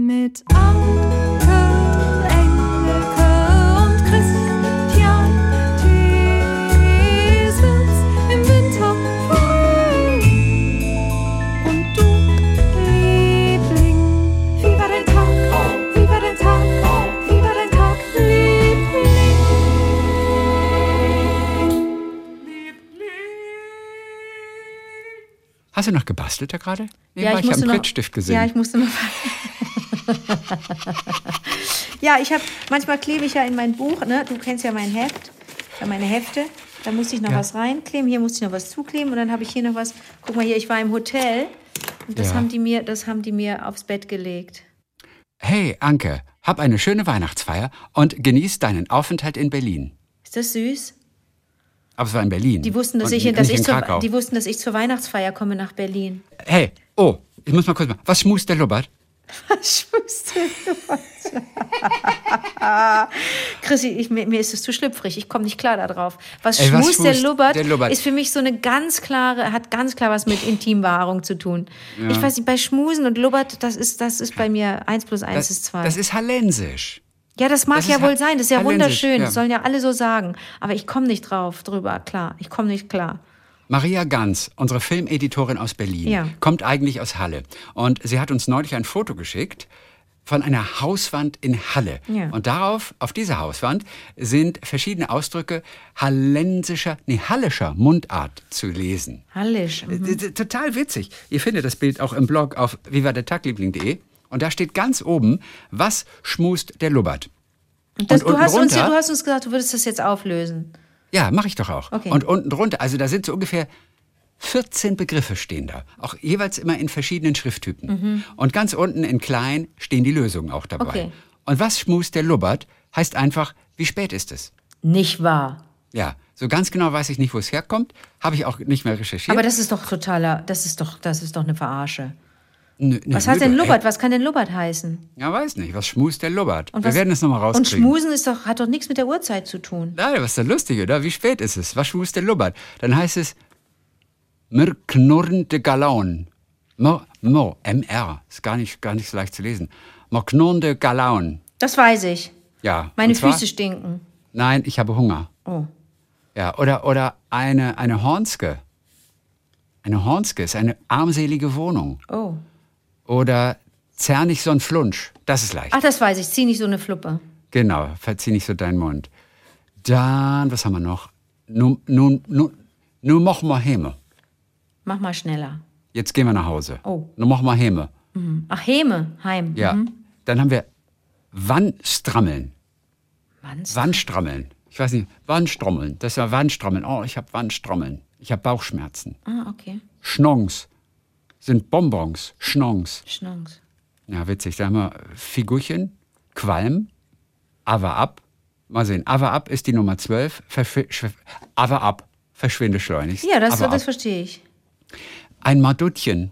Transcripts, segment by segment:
Mit Anke, Engelke und Christian Thiesens im Winter frei. Und du, Liebling, wie war dein Tag? Wie war dein Tag? Wie war dein Tag, Liebling? Hast du noch gebastelt da gerade? Ja, ich habe einen Prittstift gesehen. Ja, ich musste noch. Ja, manchmal klebe ich ja in mein Buch, ne? Du kennst ja mein Heft, meine Hefte. Da musste ich noch was reinkleben, hier musste ich noch was zukleben und dann habe ich hier noch was. Guck mal hier, ich war im Hotel und das haben die mir aufs Bett gelegt. Hey, Anke, hab eine schöne Weihnachtsfeier und genieß deinen Aufenthalt in Berlin. Ist das süß? Aber es war in Berlin. Die wussten, dass ich zur Weihnachtsfeier komme nach Berlin. Hey, oh, ich muss mal kurz mal. Was schmust der Lubbert? Was schmust der Lubbert? Chrissy, mir ist es zu schlüpfrig. Ich komme nicht klar da drauf. Was schmust der Lubbert ist für mich so eine hat ganz klar was mit Intimwahrung zu tun. Ja. Ich weiß nicht, bei Schmusen und Lubbert, das ist bei mir 1 + 1 ist 2. Das ist hallensisch. Ja, das mag ja wohl sein. Das ist ja wunderschön. Das sollen ja alle so sagen. Aber ich komme nicht drüber klar. Ich komme nicht klar. Maria Ganz, unsere Filmeditorin aus Berlin, kommt eigentlich aus Halle. Und sie hat uns neulich ein Foto geschickt von einer Hauswand in Halle. Ja. Und auf dieser Hauswand sind verschiedene Ausdrücke hallischer Mundart zu lesen. Hallisch. Total witzig. Ihr findet das Bild auch im Blog auf vivadertagliebling.de. Und da steht ganz oben, was schmust der Lubbert? Du hast uns gesagt, du würdest das jetzt auflösen. Ja, mache ich doch auch. Okay. Und unten drunter, also da sind so ungefähr 14 Begriffe stehen da. Auch jeweils immer in verschiedenen Schrifttypen. Mhm. Und ganz unten in klein stehen die Lösungen auch dabei. Okay. Und was schmust der Lubbert heißt einfach, wie spät ist es? Nicht wahr. Ja, so ganz genau weiß ich nicht, wo es herkommt. Habe ich auch nicht mehr recherchiert. Aber das ist doch das ist doch eine Verarsche. Was heißt denn Lubbert? Was kann denn Lubbert heißen? Ja, weiß nicht. Was schmust der Lubbert? Wir werden es nochmal rauskriegen. Und schmusen hat doch nichts mit der Uhrzeit zu tun. Nein, was ist denn lustig, oder? Wie spät ist es? Was schmust der Lubbert? Dann heißt es mir knurrende Galaun. MR. Ist gar nicht so leicht zu lesen. Mir knurrende Galaun. Das weiß ich. Ja. Meine Füße stinken. Nein, ich habe Hunger. Oh. Ja, oder eine Hornske. Eine Hornske ist eine armselige Wohnung. Oh. Oder zerr nicht so ein Flunsch. Das ist leicht. Ach, das weiß ich. Zieh nicht so eine Fluppe. Genau, verzieh nicht so deinen Mund. Dann, was haben wir noch? Nun mach mal Häme. Mach mal schneller. Jetzt gehen wir nach Hause. Oh. Nun mach mal Häme. Mhm. Ach, Häme, Heim. Ja. Mhm. Dann haben wir Wandstrammeln. Wandstrammeln. Ich weiß nicht, Wandstrommeln. Das ist ja Wandstrommeln. Oh, ich habe Wandstrommeln. Ich habe Bauchschmerzen. Ah, okay. Schnons. Sind Bonbons. Schnons. Ja, witzig. Da haben wir Figurchen, Qualm, aber ab. Mal sehen, aber ab ist die Nummer 12. Aber ab. Verschwinde schleunigst. Ja, das verstehe ich. Ein Maduttchen.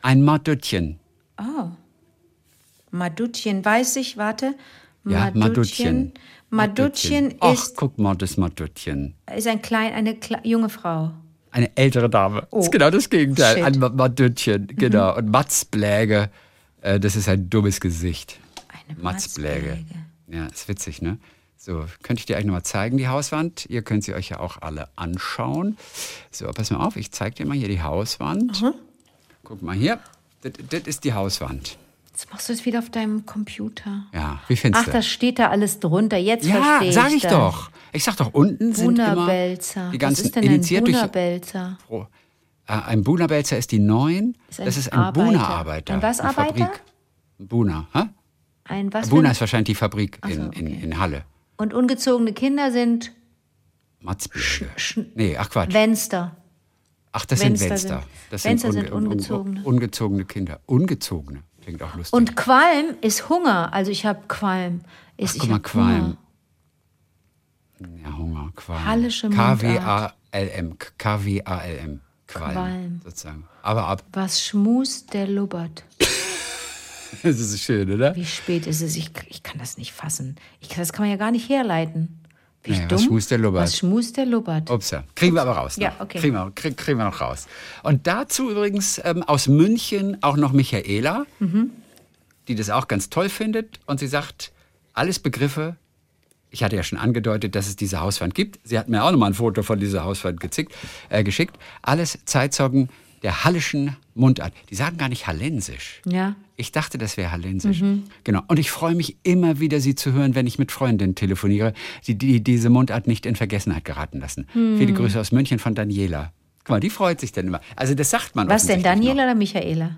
Oh. Maduttchen, weiß ich, warte. Ja, Maduttchen. Maduttchen ist... Ach, guck mal, das Maduttchen. Ist eine junge Frau. Eine ältere Dame. Oh. Das ist genau das Gegenteil. Shit. Ein Maduttchen, genau. Und Matzbläge, das ist ein dummes Gesicht. Eine Matzbläge. Ja, ist witzig, ne? So, könnte ich dir eigentlich nochmal zeigen, die Hauswand? Ihr könnt sie euch ja auch alle anschauen. So, pass mal auf, ich zeige dir mal hier die Hauswand. Mhm. Guck mal hier, das ist die Hauswand. Jetzt machst du es wieder auf deinem Computer. Ja, wie findest du? Ach, das steht da alles drunter. Jetzt verstehe ich. Ja, sag ich doch. Ich sag doch, unten sind immer die ganzen initiiert durch... Buhnerbelzer? Ein Buhnerbelzer ist die 9. Das ist ein Buhnerarbeiter. Ein was Arbeiter? Ein Buhner, hä? Ein was? Buhner ist wahrscheinlich die Fabrik okay. in Halle. Und ungezogene Kinder sind? Matzbläge. Nee, ach Quatsch. Wenster. Ach, das sind Wenster. Wenster sind ungezogene. Ungezogene Kinder. Ungezogene. Klingt auch lustig. Und Qualm ist Hunger. Also ich habe Qualm. Guck mal, Qualm. Ja, Hunger, Qualm. Hallische Mundart. KWALM. Qualm. Sozusagen. Aber ab. Was schmust der Lubbert? Das ist schön, oder? Wie spät ist es? Ich kann das nicht fassen. Das kann man ja gar nicht herleiten. Wie dumm. Was schmust der Lubbert? Was schmust der Lubbert? Upsa. Kriegen wir aber raus. Ja, okay. Kriegen wir noch raus. Und dazu übrigens aus München auch noch Michaela. Mhm. die das auch ganz toll findet. Und sie sagt, alles Begriffe, ich hatte ja schon angedeutet, dass es diese Hauswand gibt. Sie hat mir auch nochmal ein Foto von dieser Hauswand geschickt. Alles Zeitzeugen der hallischen Mundart. Die sagen gar nicht hallensisch. Ja. Ich dachte, das wäre hallensisch. Genau. Und ich freue mich immer wieder, sie zu hören, wenn ich mit Freundinnen telefoniere, die diese Mundart nicht in Vergessenheit geraten lassen. Viele Grüße aus München von Daniela. Guck mal, die freut sich dann immer. Also das sagt man Was denn, Daniela noch. oder Michaela?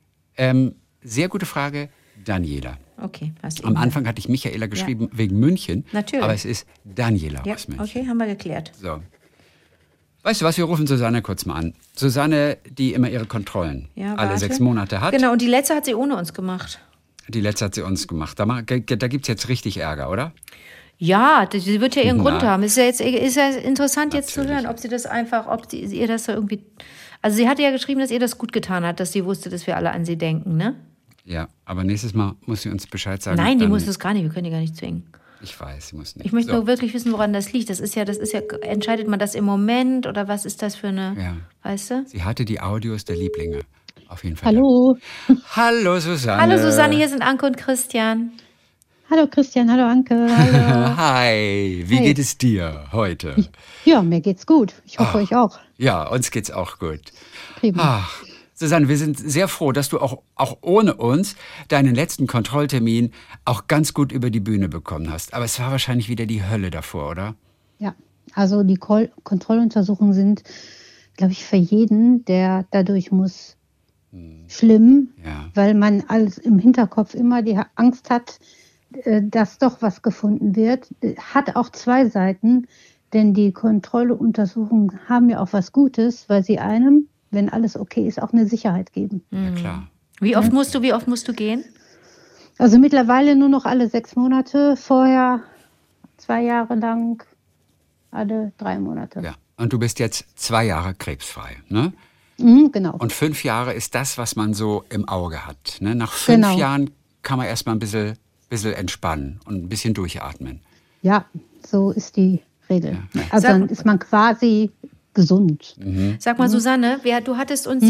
Sehr gute Frage, Daniela. Okay. Am Anfang hatte ich Michaela geschrieben wegen München. Natürlich. Aber es ist Daniela aus München. Okay, haben wir geklärt. So. Weißt du was, wir rufen Susanne kurz mal an. Susanne, die immer ihre Kontrollen alle 6 Monate hat. Genau, und die letzte hat sie ohne uns gemacht. Die letzte hat sie uns gemacht. Da gibt es jetzt richtig Ärger, oder? Ja, sie wird ja ihren Grund haben. Ist ja interessant Natürlich. jetzt zu hören, ob sie das einfach, ihr das so irgendwie... Also sie hatte ja geschrieben, dass ihr das gut getan hat, dass sie wusste, dass wir alle an sie denken, ne? Ja, aber nächstes Mal muss sie uns Bescheid sagen. Nein, die muss das gar nicht, wir können die gar nicht zwingen. Ich weiß, sie muss nicht. Ich möchte nur wirklich wissen, woran das liegt. Das ist ja, entscheidet man das im Moment oder was ist das für eine, weißt du? Sie hatte die Audios der Lieblinge, auf jeden Fall. Hallo. Hallo Susanne. Hallo Susanne, hier sind Anke und Christian. Hallo Christian, hallo Anke. Hallo. Hi, wie geht es dir heute? Ja, mir geht's gut. Ich hoffe, euch auch. Ja, uns geht's auch gut. Prima. Susanne, wir sind sehr froh, dass du auch ohne uns deinen letzten Kontrolltermin auch ganz gut über die Bühne bekommen hast. Aber es war wahrscheinlich wieder die Hölle davor, oder? Ja, also die Kontrolluntersuchungen sind, glaube ich, für jeden, der dadurch muss, schlimm, weil man alles im Hinterkopf immer die Angst hat, dass doch was gefunden wird. Hat auch 2 Seiten, denn die Kontrolluntersuchungen haben ja auch was Gutes, weil sie einem, wenn alles okay ist, auch eine Sicherheit geben. Ja, klar. Wie oft musst du gehen? Also mittlerweile nur noch alle 6 Monate, vorher 2 Jahre lang alle 3 Monate. Ja, und du bist jetzt 2 Jahre krebsfrei, ne? Genau. Und 5 Jahre ist das, was man so im Auge hat. Ne? Nach 5 Jahren kann man erstmal ein bisschen entspannen und ein bisschen durchatmen. Ja, so ist die Regel. Ja. Also dann ist man quasi gesund. Sag mal, Susanne, du hattest uns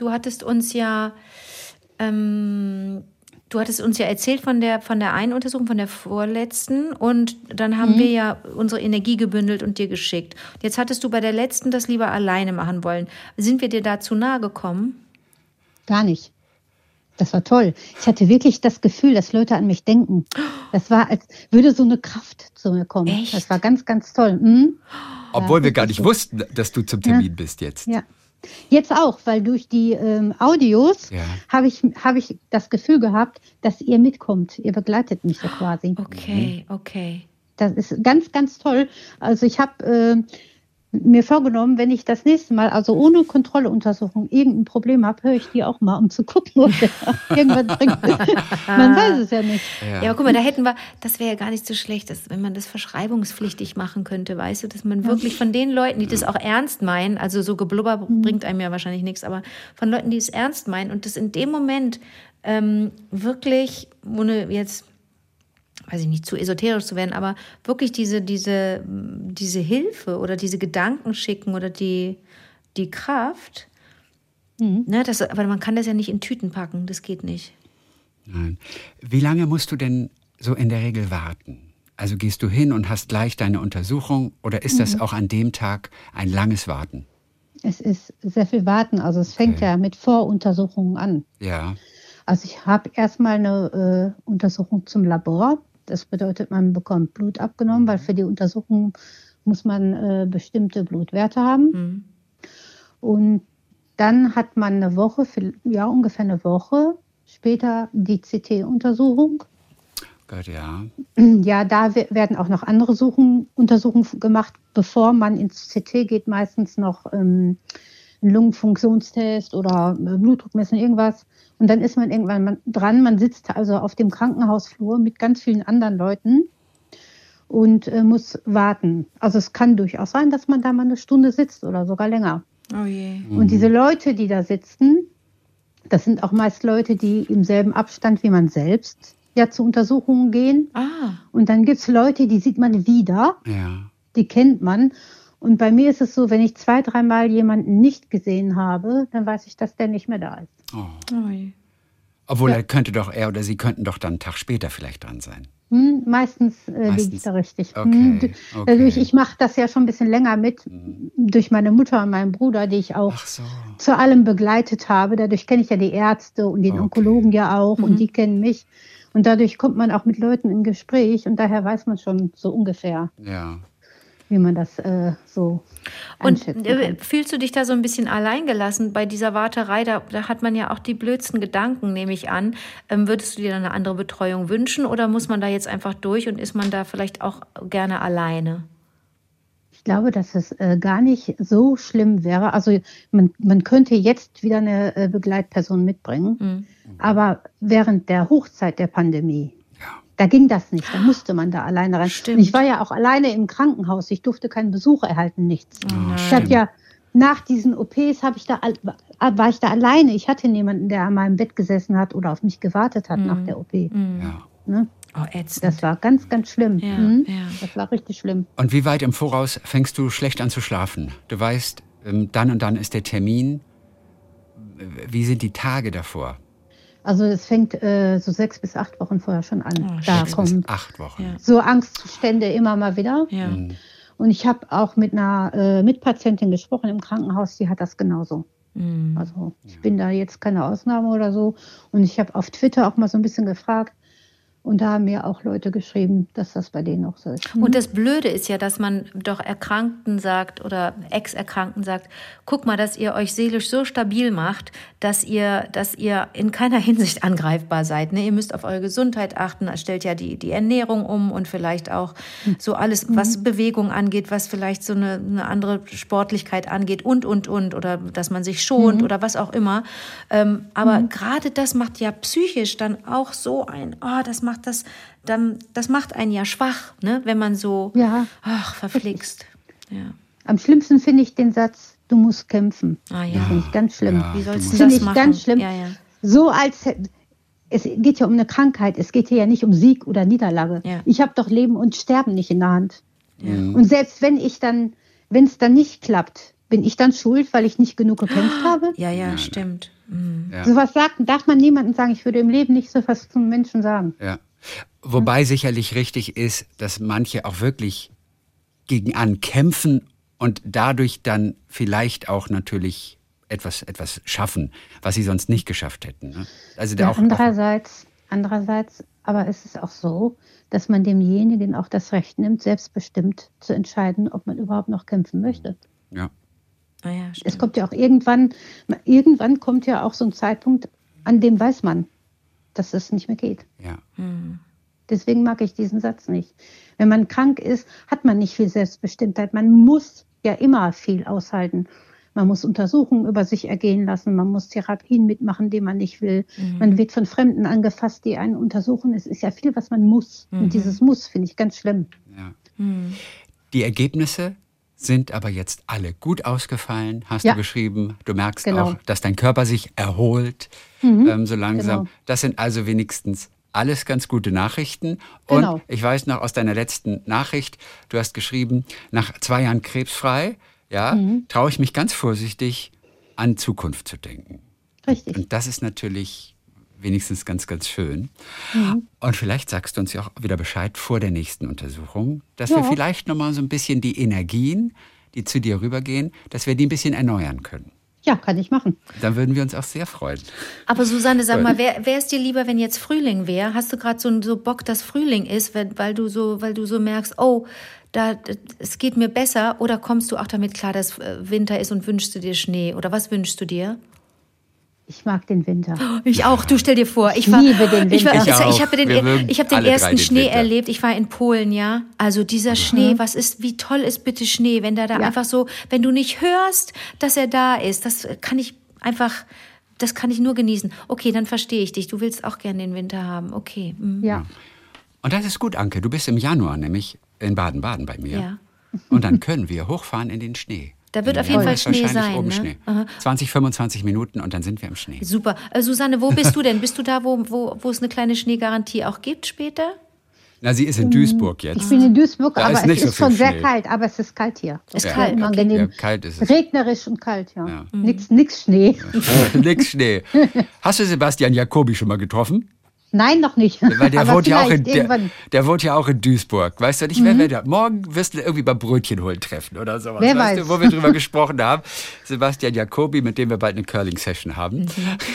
ja erzählt von der einen Untersuchung, von der vorletzten, und dann haben wir ja unsere Energie gebündelt und dir geschickt. Jetzt hattest du bei der letzten das lieber alleine machen wollen. Sind wir dir da zu nahe gekommen? Gar nicht. Das war toll. Ich hatte wirklich das Gefühl, dass Leute an mich denken. Das war, als würde so eine Kraft zu mir kommen. Echt? Das war ganz, ganz toll. Obwohl wir gar nicht wussten, dass du zum Termin bist jetzt. Ja. Jetzt auch, weil durch die Audios habe ich das Gefühl gehabt, dass ihr mitkommt. Ihr begleitet mich so quasi. Okay. Das ist ganz, ganz toll. Also ich habe mir vorgenommen, wenn ich das nächste Mal, also ohne Kontrolluntersuchung, irgendein Problem habe, höre ich die auch mal, um zu gucken, ob der irgendwas bringt. Man weiß es ja nicht. Ja, aber guck mal, das wäre ja gar nicht so schlecht, wenn man das verschreibungspflichtig machen könnte, weißt du, dass man wirklich von den Leuten, die das auch ernst meinen, also so Geblubber bringt einem ja wahrscheinlich nichts, aber von Leuten, die es ernst meinen und das in dem Moment wirklich, ohne jetzt, weiß ich nicht, zu esoterisch zu werden, aber wirklich diese Hilfe oder diese Gedanken schicken oder die Kraft, ne, aber man kann das ja nicht in Tüten packen, das geht nicht. Nein. Wie lange musst du denn so in der Regel warten? Also gehst du hin und hast gleich deine Untersuchung oder ist das auch an dem Tag ein langes Warten? Es ist sehr viel Warten, also es fängt ja mit Voruntersuchungen an. Ja. Also ich habe erstmal eine Untersuchung zum Labor. Das bedeutet, man bekommt Blut abgenommen, weil für die Untersuchung muss man bestimmte Blutwerte haben. Und dann hat man eine Woche, ungefähr eine Woche später die CT-Untersuchung. Gott, ja. Ja, da werden auch noch andere Untersuchungen gemacht, bevor man ins CT geht, meistens noch ein Lungenfunktionstest oder Blutdruckmessen, irgendwas. Und dann ist man irgendwann dran. Man sitzt also auf dem Krankenhausflur mit ganz vielen anderen Leuten und muss warten. Also es kann durchaus sein, dass man da mal eine Stunde sitzt oder sogar länger. Oh je. Und diese Leute, die da sitzen, das sind auch meist Leute, die im selben Abstand wie man selbst zu Untersuchungen gehen. Und dann gibt es Leute, die sieht man wieder, die kennt man. Und bei mir ist es so, wenn ich 2-3 Mal jemanden nicht gesehen habe, dann weiß ich, dass der nicht mehr da ist. Obwohl er oder sie könnten doch dann einen Tag später vielleicht dran sein. Meistens liege ich da richtig. Okay. Ich mache das ja schon ein bisschen länger mit, durch meine Mutter und meinen Bruder, die ich auch zu allem begleitet habe. Dadurch kenne ich ja die Ärzte und den Onkologen ja auch und die kennen mich. Und dadurch kommt man auch mit Leuten in Gespräch und daher weiß man schon so ungefähr, wie man das so einschätzen kann. Und fühlst du dich da so ein bisschen alleingelassen bei dieser Warterei? Da hat man ja auch die blödsten Gedanken, nehme ich an. Würdest du dir dann eine andere Betreuung wünschen oder muss man da jetzt einfach durch und ist man da vielleicht auch gerne alleine? Ich glaube, dass es gar nicht so schlimm wäre. Also man könnte jetzt wieder eine Begleitperson mitbringen, aber während der Hochzeit der Pandemie, da ging das nicht, da musste man da alleine rein. Stimmt. Und ich war ja auch alleine im Krankenhaus, ich durfte keinen Besuch erhalten, nichts. Ich habe ja nach diesen OPs war ich da alleine. Ich hatte niemanden, der an meinem Bett gesessen hat oder auf mich gewartet hat nach der OP. Ne? Oh, ätzend. Das war ganz, ganz schlimm. Ja. Das war richtig schlimm. Und wie weit im Voraus fängst du schlecht an zu schlafen? Du weißt, dann und dann ist der Termin. Wie sind die Tage davor? Also es fängt so 6 bis 8 Wochen vorher schon an. Da 6 kommen bis 8 Wochen. so Angstzustände immer mal wieder. Ja. Und ich habe auch mit einer Mitpatientin gesprochen im Krankenhaus, die hat das genauso. Also ich bin da jetzt keine Ausnahme oder so. Und ich habe auf Twitter auch mal so ein bisschen gefragt. Und da haben mir auch Leute geschrieben, dass das bei denen auch so ist. Und das Blöde ist ja, dass man doch Erkrankten sagt oder Ex-Erkrankten sagt, guck mal, dass ihr euch seelisch so stabil macht, dass ihr in keiner Hinsicht angreifbar seid. Ne? Ihr müsst auf eure Gesundheit achten, stellt ja die Ernährung um und vielleicht auch so alles, was Bewegung angeht, was vielleicht so eine andere Sportlichkeit angeht und. Oder dass man sich schont oder was auch immer. Aber gerade das macht ja psychisch dann auch so das macht einen ja schwach, ne? Wenn man so verflixt. Ja. Am schlimmsten finde ich den Satz, du musst kämpfen. Das finde ich ganz schlimm. Wie sollst du das machen? Ganz schlimm. Ja. So es geht ja um eine Krankheit, es geht hier ja nicht um Sieg oder Niederlage. Ja. Ich habe doch Leben und Sterben nicht in der Hand. Ja. Und selbst wenn es dann nicht klappt, bin ich dann schuld, weil ich nicht genug gekämpft habe? Ja, stimmt. Ja. Sowas darf man niemandem sagen. Ich würde im Leben nicht so was zum Menschen sagen. Ja. Wobei sicherlich richtig ist, dass manche auch wirklich gegen ankämpfen und dadurch dann vielleicht auch natürlich etwas schaffen, was sie sonst nicht geschafft hätten. Ne? Also andererseits, aber es ist auch so, dass man demjenigen auch das Recht nimmt, selbstbestimmt zu entscheiden, ob man überhaupt noch kämpfen möchte. Ja. Es kommt ja auch irgendwann kommt ja auch so ein Zeitpunkt, an dem weiß man, dass es nicht mehr geht. Ja. Deswegen mag ich diesen Satz nicht. Wenn man krank ist, hat man nicht viel Selbstbestimmtheit. Man muss ja immer viel aushalten. Man muss Untersuchungen über sich ergehen lassen. Man muss Therapien mitmachen, die man nicht will. Man wird von Fremden angefasst, die einen untersuchen. Es ist ja viel, was man muss. Und dieses Muss finde ich ganz schlimm. Ja. Die Ergebnisse sind aber jetzt alle gut ausgefallen, hast du geschrieben. Du merkst auch, dass dein Körper sich erholt, so langsam. Genau. Das sind also wenigstens alles ganz gute Nachrichten. Und ich weiß noch aus deiner letzten Nachricht, du hast geschrieben, nach 2 Jahren krebsfrei, traue ich mich ganz vorsichtig an Zukunft zu denken. Richtig. Und das ist natürlich wenigstens ganz, ganz schön. Und vielleicht sagst du uns ja auch wieder Bescheid vor der nächsten Untersuchung, dass wir vielleicht nochmal so ein bisschen die Energien, die zu dir rübergehen, dass wir die ein bisschen erneuern können. Ja, kann ich machen. Dann würden wir uns auch sehr freuen. Aber Susanne, sag mal, wäre es dir lieber, wenn jetzt Frühling wäre? Hast du gerade so Bock, dass Frühling ist, weil du so merkst, es geht mir besser? Oder kommst du auch damit klar, dass Winter ist und wünschst du dir Schnee? Oder was wünschst du dir? Ich mag den Winter. Ich auch, du stell dir vor. Ich liebe den Winter. Ich habe den ersten Schnee erlebt. Ich war in Polen, ja. Also dieser Schnee, wie toll ist bitte Schnee, wenn der da einfach so, wenn du nicht hörst, dass er da ist, das kann ich nur genießen. Okay, dann verstehe ich dich. Du willst auch gerne den Winter haben. Okay. Ja. Und das ist gut, Anke. Du bist im Januar nämlich in Baden-Baden bei mir. Ja. Und dann können wir hochfahren in den Schnee. Da wird auf jeden Fall Schnee sein. Oben Schnee. 20, 25 Minuten und dann sind wir im Schnee. Super. Susanne, wo bist du denn? Bist du da, wo es eine kleine Schneegarantie auch gibt später? Na, sie ist in Duisburg jetzt. Ich bin in Duisburg, da aber ist nicht es ist so viel schon sehr Schnee. kalt. Aber es ist kalt hier. Es ist kalt, unangenehm. Ja, kalt ist es. Regnerisch und kalt, ja. Ja. Nix Schnee. Nix Schnee. Hast du Sebastian Jacobi schon mal getroffen? Nein, noch nicht. Weil der aber wohnt ja auch irgendwann. der wohnt ja auch in Duisburg. Weißt du nicht, wer wir da? Morgen wirst du irgendwie beim Brötchen holen treffen oder sowas. Wer weißt weiß. du, wo wir drüber gesprochen haben. Sebastian Jacobi, mit dem wir bald eine Curling-Session haben.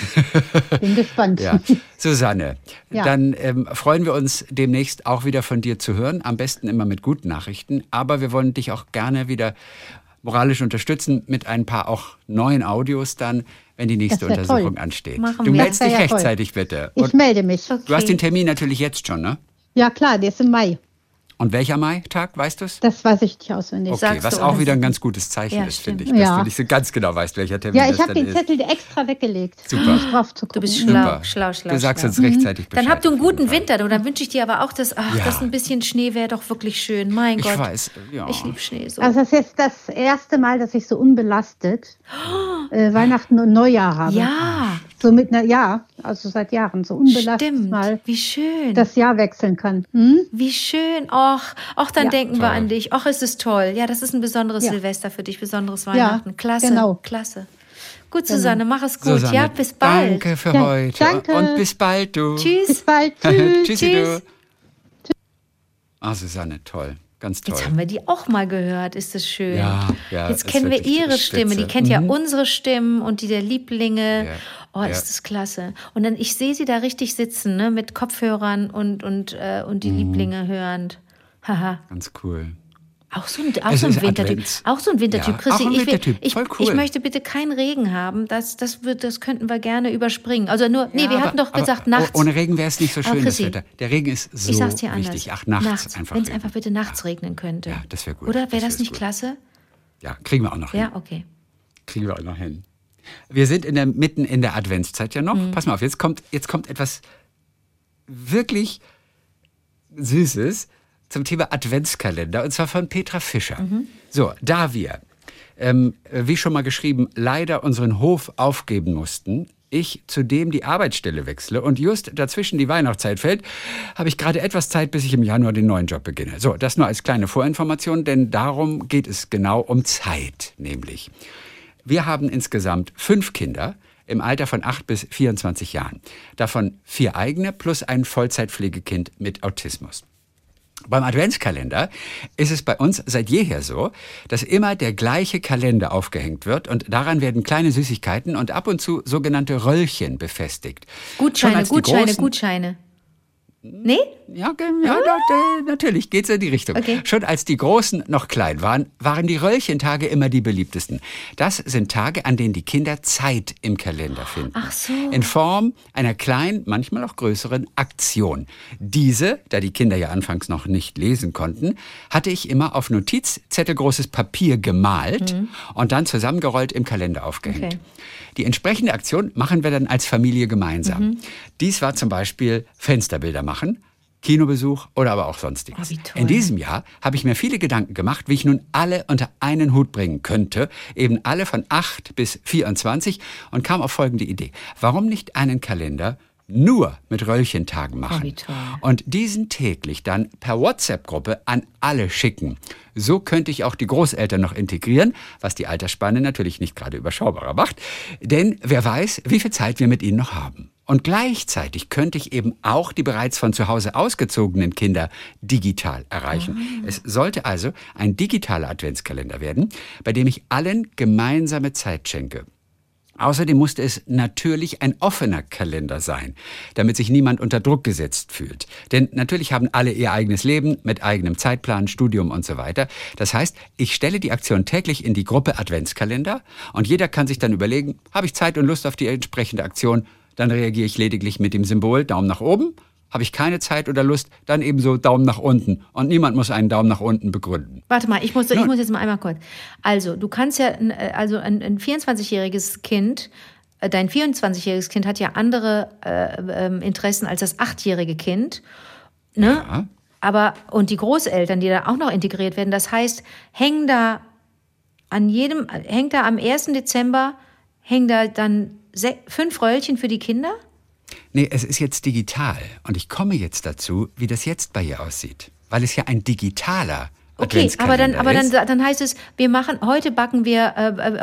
Bin gespannt. Ja. Susanne, Ja. dann freuen wir uns demnächst auch wieder von dir zu hören. Am besten immer mit guten Nachrichten. Aber wir wollen dich auch gerne wieder moralisch unterstützen mit ein paar auch neuen Audios dann, wenn die nächste Das wär Untersuchung toll. ansteht. Machen Du wir. meldest Das dich wär ja toll. rechtzeitig bitte. Ich melde mich. Du hast den Termin natürlich jetzt schon, ne? Ja, klar, der ist im Mai. Und welcher Mai-Tag, weißt du es? Das weiß ich nicht auswendig. Okay, Sagst was du auch uns. wieder ein ganz gutes Zeichen Ja, ist, stimmt. finde ich. Dass Ja. du nicht so ganz genau weißt, welcher Termin Ja, das ich habe dann den ist. Zettel extra weggelegt, Super. um nicht drauf zu Du gucken. bist Super. schlau. Du sagst schlau. uns rechtzeitig Bescheid. Dann habt ihr einen auf jeden guten Fall. Winter. Dann wünsche ich dir aber auch, dass ein bisschen Schnee wäre doch wirklich schön. Mein Ich Gott. weiß, ja. Ich liebe Schnee so. Also das ist jetzt das erste Mal, dass ich so unbelastet Weihnachten und Neujahr habe. Ja, So mit also seit Jahren so unbelastet stimmt. mal Wie schön. das Jahr wechseln kann. Wie schön. Och, dann Ja. denken wir Toll. an dich. Och, es ist toll. Ja, das ist ein besonderes Ja. Silvester für dich, besonderes Weihnachten. Klasse. genau. Klasse. Gut, Susanne, mach es gut. Susanne, Ja, bis bald. Danke für Ja, heute. danke. Und bis bald, du. Bis Tschüss. bald. Tschüss. Tschüssi, Tschüss. du. Ah, Susanne, toll. Ganz toll. Jetzt haben wir die auch mal gehört. Ist das schön. Ja, Jetzt ist kennen wir wirklich ihre Stimme. Die spitze. kennt ja unsere Stimmen und die der Lieblinge. Ja, Oh, ja. ist das klasse. Und dann, ich sehe sie da richtig sitzen, ne, mit Kopfhörern und die Lieblinge hörend. Haha. Ganz cool. Auch so Es ein ist Wintertyp. Advents. Auch so ein Wintertyp. Ja, Christi, auch ein ich will- Wintertyp. ich, Voll ich cool. möchte bitte keinen Regen haben. Das könnten wir gerne überspringen. Also nur, nee, Ja, wir hatten doch gesagt nachts. Ohne Regen wäre es nicht so schön, das Chrissy, Wetter. Der Regen ist so ich sag's dir anders. wichtig. Ach, nachts einfach Wenn es Regen. einfach bitte nachts regnen könnte. Ja, das wäre gut. Oder wäre Das das wär nicht gut. klasse? Ja, kriegen wir auch noch hin. Ja, okay. Kriegen wir auch noch hin. Wir sind mitten in der Adventszeit ja noch. Pass mal auf, jetzt kommt etwas wirklich Süßes zum Thema Adventskalender, und zwar von Petra Fischer. So, da wir, wie schon mal geschrieben, leider unseren Hof aufgeben mussten, ich zudem die Arbeitsstelle wechsle und just dazwischen die Weihnachtszeit fällt, habe ich gerade etwas Zeit, bis ich im Januar den neuen Job beginne. So, das nur als kleine Vorinformation, denn darum geht es genau, um Zeit nämlich. Wir haben insgesamt 5 Kinder im Alter von 8 bis 24 Jahren. Davon 4 eigene plus ein Vollzeitpflegekind mit Autismus. Beim Adventskalender ist es bei uns seit jeher so, dass immer der gleiche Kalender aufgehängt wird und daran werden kleine Süßigkeiten und ab und zu sogenannte Röllchen befestigt. Schon Gutscheine, als die Gutscheine, großen- Gutscheine. Nee? Ja, natürlich geht's in die Richtung. Okay. Schon als die Großen noch klein waren, waren die Röllchentage immer die beliebtesten. Das sind Tage, an denen die Kinder Zeit im Kalender finden. Ach so. In Form einer kleinen, manchmal auch größeren Aktion. Diese, da die Kinder ja anfangs noch nicht lesen konnten, hatte ich immer auf Notizzettel großes Papier gemalt und dann zusammengerollt im Kalender aufgehängt. Okay. Die entsprechende Aktion machen wir dann als Familie gemeinsam. Dies war zum Beispiel Fensterbilder machen, Kinobesuch oder aber auch sonstiges. Oh, wie toll. In diesem Jahr habe ich mir viele Gedanken gemacht, wie ich nun alle unter einen Hut bringen könnte, eben alle von 8 bis 24, und kam auf folgende Idee. Warum nicht einen Kalender nur mit Röllchentagen machen wie toll. und diesen täglich dann per WhatsApp-Gruppe an alle schicken. So könnte ich auch die Großeltern noch integrieren, was die Altersspanne natürlich nicht gerade überschaubarer macht. Denn wer weiß, wie viel Zeit wir mit ihnen noch haben. Und gleichzeitig könnte ich eben auch die bereits von zu Hause ausgezogenen Kinder digital erreichen. Es sollte also ein digitaler Adventskalender werden, bei dem ich allen gemeinsame Zeit schenke. Außerdem musste es natürlich ein offener Kalender sein, damit sich niemand unter Druck gesetzt fühlt. Denn natürlich haben alle ihr eigenes Leben mit eigenem Zeitplan, Studium und so weiter. Das heißt, ich stelle die Aktion täglich in die Gruppe Adventskalender und jeder kann sich dann überlegen, habe ich Zeit und Lust auf die entsprechende Aktion, dann reagiere ich lediglich mit dem Symbol Daumen nach oben. Habe ich keine Zeit oder Lust, dann ebenso Daumen nach unten. Und niemand muss einen Daumen nach unten begründen. Warte mal, ich muss jetzt mal einmal kurz. Also, du kannst ja, ein 24-jähriges Kind, dein 24-jähriges Kind hat ja andere Interessen als das 8-jährige Kind. Ne? Ja. Aber, und die Großeltern, die da auch noch integriert werden, das heißt, hängt da am 1. Dezember, hängen da dann 5 Röllchen für die Kinder? Nee, es ist jetzt digital. Und ich komme jetzt dazu, wie das jetzt bei ihr aussieht. Weil es ja ein digitaler Okay, aber Adventskalender dann heißt es, heute backen wir.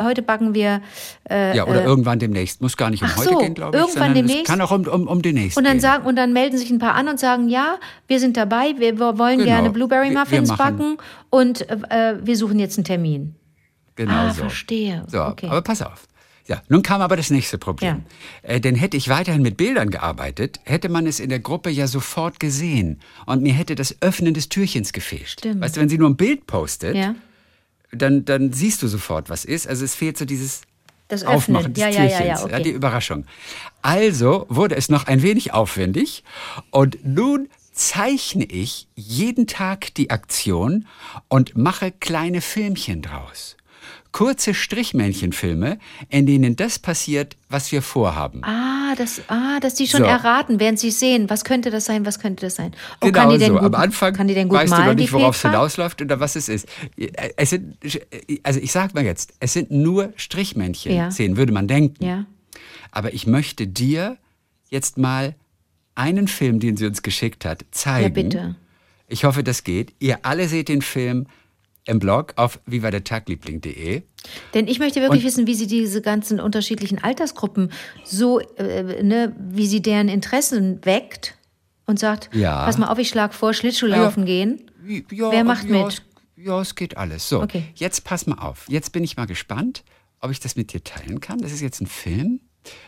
Ja, oder irgendwann demnächst. Muss gar nicht um heute gehen, glaube ich. Irgendwann demnächst. Es kann auch um demnächst und dann gehen. Und dann melden sich ein paar an und sagen, ja, wir sind dabei, wir wollen gerne Blueberry Muffins backen und wir suchen jetzt einen Termin. Genau so. Verstehe. So, okay. aber pass auf. Ja, nun kam aber das nächste Problem. Ja. Denn hätte ich weiterhin mit Bildern gearbeitet, hätte man es in der Gruppe ja sofort gesehen. Und mir hätte das Öffnen des Türchens gefehlt. Stimmt. Weißt du, wenn sie nur ein Bild postet, dann siehst du sofort, was ist. Also es fehlt so dieses Aufmachen des Türchens, okay. die Überraschung. Also wurde es noch ein wenig aufwendig. Und nun zeichne ich jeden Tag die Aktion und mache kleine Filmchen draus. Kurze Strichmännchenfilme, in denen das passiert, was wir vorhaben. Dass die schon erraten, während sie sehen, was könnte das sein, was könnte das sein. Und genau so. Am Anfang kann die denn gut weißt malen, du noch nicht, worauf es hinausläuft oder was es ist. Also ich sag mal jetzt, es sind nur Strichmännchen-Szenen, würde man denken. Ja. Aber ich möchte dir jetzt mal einen Film, den sie uns geschickt hat, zeigen. Ja, bitte. Ich hoffe, das geht. Ihr alle seht den Film im Blog auf vivadertagliebling.de. Denn ich möchte wirklich wissen, wie sie diese ganzen unterschiedlichen Altersgruppen so, wie sie deren Interessen weckt und sagt, pass mal auf, ich schlage vor, Schlittschuhlaufen gehen. Ja, wer macht mit? Ja, es geht alles. So, okay. Jetzt pass mal auf. Jetzt bin ich mal gespannt, ob ich das mit dir teilen kann. Das ist jetzt ein Film.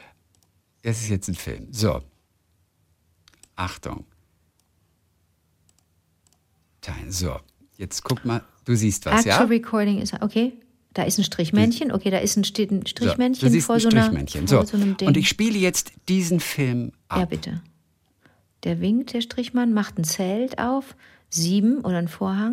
So. Achtung. Teilen. So. Jetzt guck mal, du siehst was, Actual Recording ist, okay, da ist ein Strichmännchen, okay, steht ein Strichmännchen du siehst vor, ein so Strichmännchen. vor so einem Ding. Und ich spiele jetzt diesen Film ab. Ja, bitte. Der winkt, der Strichmann, macht ein Zelt auf, 7 oder ein Vorhang.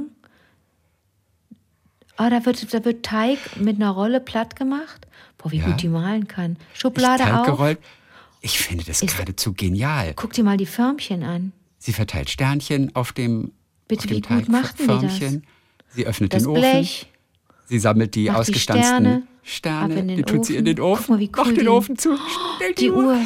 Da wird Teig mit einer Rolle platt gemacht. Boah, wie gut die malen kann. Schublade Teig auf. Gerollt. Ich finde das geradezu genial. Guck dir mal die Förmchen an. Sie verteilt Sternchen auf dem Bitte, wie Teig, gut machten die das? Sie öffnet das den Ofen. Blech. Sie sammelt die ausgestanzten Sterne. Die tut sie in den Ofen. Guck mal, wie cool macht den Ofen zu. Stellt die Uhr.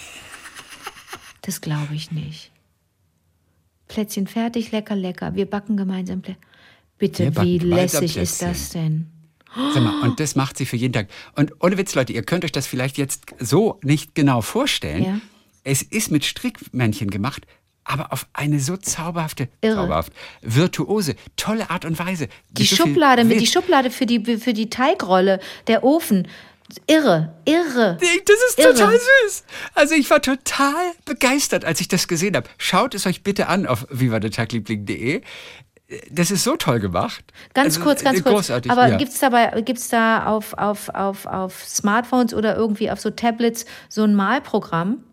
Das glaube ich nicht. Plätzchen fertig, lecker, lecker. Wir backen gemeinsam Plätzchen. Bitte, wie lässig ist das denn? Sag mal, und das macht sie für jeden Tag. Und ohne Witz, Leute, ihr könnt euch das vielleicht jetzt so nicht genau vorstellen. Ja. Es ist mit Strickmännchen gemacht, aber auf eine so zauberhafte, virtuose, tolle Art und Weise. Die Schublade für die Teigrolle, der Ofen. Irre. Das ist total süß. Also ich war total begeistert, als ich das gesehen habe. Schaut es euch bitte an auf vivadertagliebling.de. Das ist so toll gemacht. Ganz kurz. Großartig, aber gibt's da auf Smartphones oder irgendwie auf so Tablets so ein Malprogramm?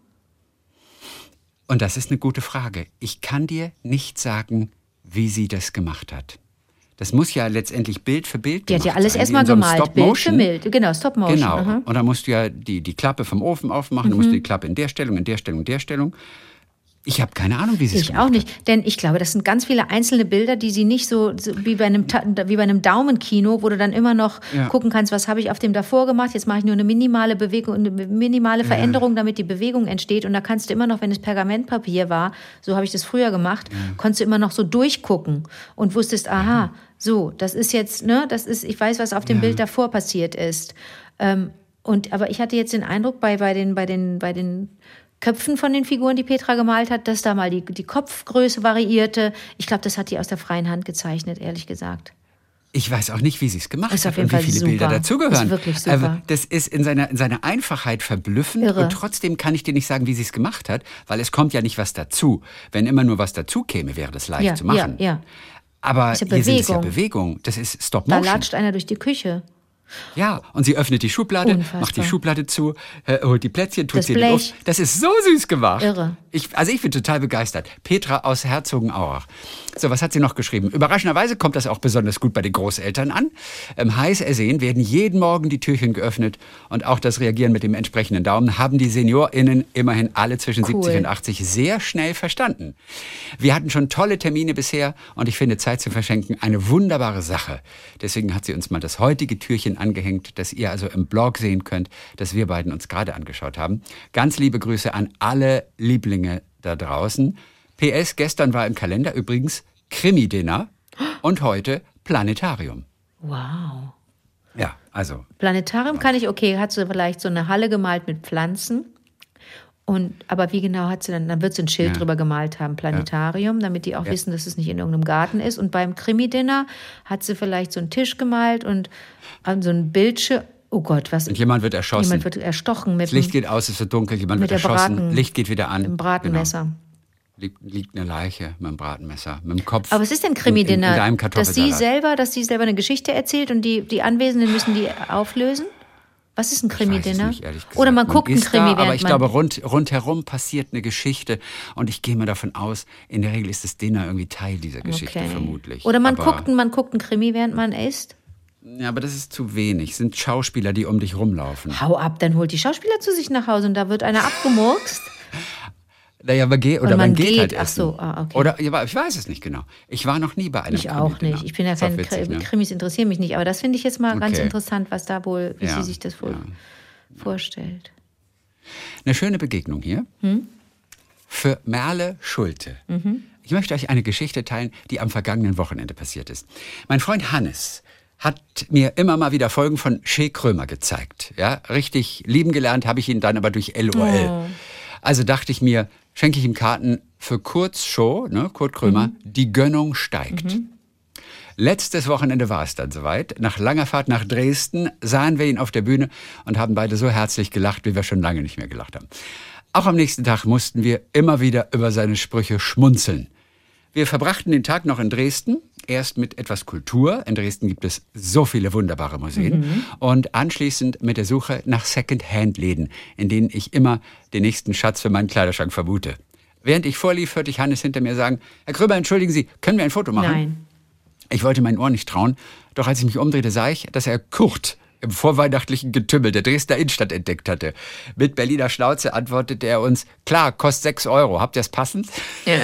Und das ist eine gute Frage. Ich kann dir nicht sagen, wie sie das gemacht hat. Das muss ja letztendlich Bild für Bild gemacht sein. Die hat ja alles erstmal gemalt, Bild für Bild. Genau, Stop-Motion. Genau. Aha. Und dann musst du ja die Klappe vom Ofen aufmachen, dann musst du die Klappe in der Stellung. Ich habe keine Ahnung, wie sie es gemacht hat. Ich auch nicht, denn ich glaube, das sind ganz viele einzelne Bilder, die sie nicht so wie bei einem Daumenkino, wo du dann immer noch gucken kannst, was habe ich auf dem davor gemacht, jetzt mache ich nur eine minimale Bewegung, eine minimale Veränderung, damit die Bewegung entsteht und da kannst du immer noch, wenn es Pergamentpapier war, so habe ich das früher gemacht, konntest du immer noch so durchgucken und wusstest, aha, so, das ist jetzt, ich weiß, was auf dem Bild davor passiert ist. Aber ich hatte jetzt den Eindruck, bei den Köpfen von den Figuren, die Petra gemalt hat, dass da mal die Kopfgröße variierte. Ich glaube, das hat die aus der freien Hand gezeichnet, ehrlich gesagt. Ich weiß auch nicht, wie sie es gemacht ist hat auf jeden und wie Fall viele super. Bilder dazugehören. Ist wirklich super. Das ist in seiner Einfachheit verblüffend. Irre. Und trotzdem kann ich dir nicht sagen, wie sie es gemacht hat, weil es kommt ja nicht was dazu. Wenn immer nur was dazu käme, wäre das leicht zu machen. Ja. Aber ist ja hier sind es ja Bewegung. Das ist Stop-Motion. Da latscht einer durch die Küche. Ja, und sie öffnet die Schublade, macht die Schublade zu, holt die Plätzchen, tut sie in den Ofen. Das ist so süß gemacht. Irre. Ich bin total begeistert. Petra aus Herzogenaurach. So, was hat sie noch geschrieben? Überraschenderweise kommt das auch besonders gut bei den Großeltern an. Heiß ersehen werden jeden Morgen die Türchen geöffnet und auch das Reagieren mit dem entsprechenden Daumen haben die SeniorInnen immerhin alle zwischen 70 und 80 sehr schnell verstanden. Wir hatten schon tolle Termine bisher und ich finde Zeit zu verschenken eine wunderbare Sache. Deswegen hat sie uns mal das heutige Türchen angehängt, das ihr also im Blog sehen könnt, das wir beiden uns gerade angeschaut haben. Ganz liebe Grüße an alle Lieblinge da draußen. PS, gestern war im Kalender übrigens Krimi-Dinner und heute Planetarium. Wow. Ja, also. Planetarium kann ich, okay, hat sie vielleicht so eine Halle gemalt mit Pflanzen. Aber wie genau hat sie dann wird sie ein Schild drüber gemalt haben, Planetarium, damit die auch wissen, dass es nicht in irgendeinem Garten ist. Und beim Krimi-Dinner hat sie vielleicht so einen Tisch gemalt und so ein Bildschirm. Oh Gott, was? Und jemand wird erschossen. Jemand wird erstochen. Das Licht geht aus, es wird dunkel, jemand wird erschossen, Licht geht wieder an. Mit dem Bratenmesser. Genau. Liegt eine Leiche mit dem Bratenmesser, mit dem Kopf. Aber was ist denn Krimi-Dinner? In deinem Kartoffelsalat. Dass sie selber eine Geschichte erzählt und die Anwesenden müssen die auflösen? Was ist ein Krimi-Dinner? Oder man guckt ein Krimi, aber ich glaube, rundherum passiert eine Geschichte und ich gehe mal davon aus, in der Regel ist das Dinner irgendwie Teil dieser Geschichte vermutlich. Oder man guckt ein Krimi, während man isst? Ja, aber das ist zu wenig. Es sind Schauspieler, die um dich rumlaufen. Hau ab, dann holt die Schauspieler zu sich nach Hause und da wird einer abgemurkst. Naja, man geht halt essen. Ach so, okay. Oder, ja, ich weiß es nicht genau. Ich war noch nie bei einem Ich auch nicht. Ich bin ja kein Krimis, interessieren mich nicht. Aber das finde ich jetzt mal ganz interessant, was da wohl, wie sie sich das wohl vorstellt. Eine schöne Begegnung hier. Für Merle Schulte. Ich möchte euch eine Geschichte teilen, die am vergangenen Wochenende passiert ist. Mein Freund Hannes hat mir immer mal wieder Folgen von Shea Krömer gezeigt. Ja, richtig lieben gelernt habe ich ihn dann aber durch LOL. Oh. Also dachte ich mir, schenke ich ihm Karten für Kurts Show, Kurt Krömer, Die Gönnung steigt. Letztes Wochenende war es dann soweit. Nach langer Fahrt nach Dresden sahen wir ihn auf der Bühne und haben beide so herzlich gelacht, wie wir schon lange nicht mehr gelacht haben. Auch am nächsten Tag mussten wir immer wieder über seine Sprüche schmunzeln. Wir verbrachten den Tag noch in Dresden, erst mit etwas Kultur. In Dresden gibt es so viele wunderbare Museen. Und anschließend mit der Suche nach Second-Hand-Läden, in denen ich immer den nächsten Schatz für meinen Kleiderschrank vermute. Während ich vorlief, hörte ich Hannes hinter mir sagen, Herr Krömer, entschuldigen Sie, können wir ein Foto machen? Nein. Ich wollte meinen Ohren nicht trauen, doch als ich mich umdrehte, sah ich, dass er Kurt im vorweihnachtlichen Getümmel der Dresdner Innenstadt entdeckt hatte. Mit Berliner Schnauze antwortete er uns, klar, kostet 6 €. Habt ihr es passend? Finde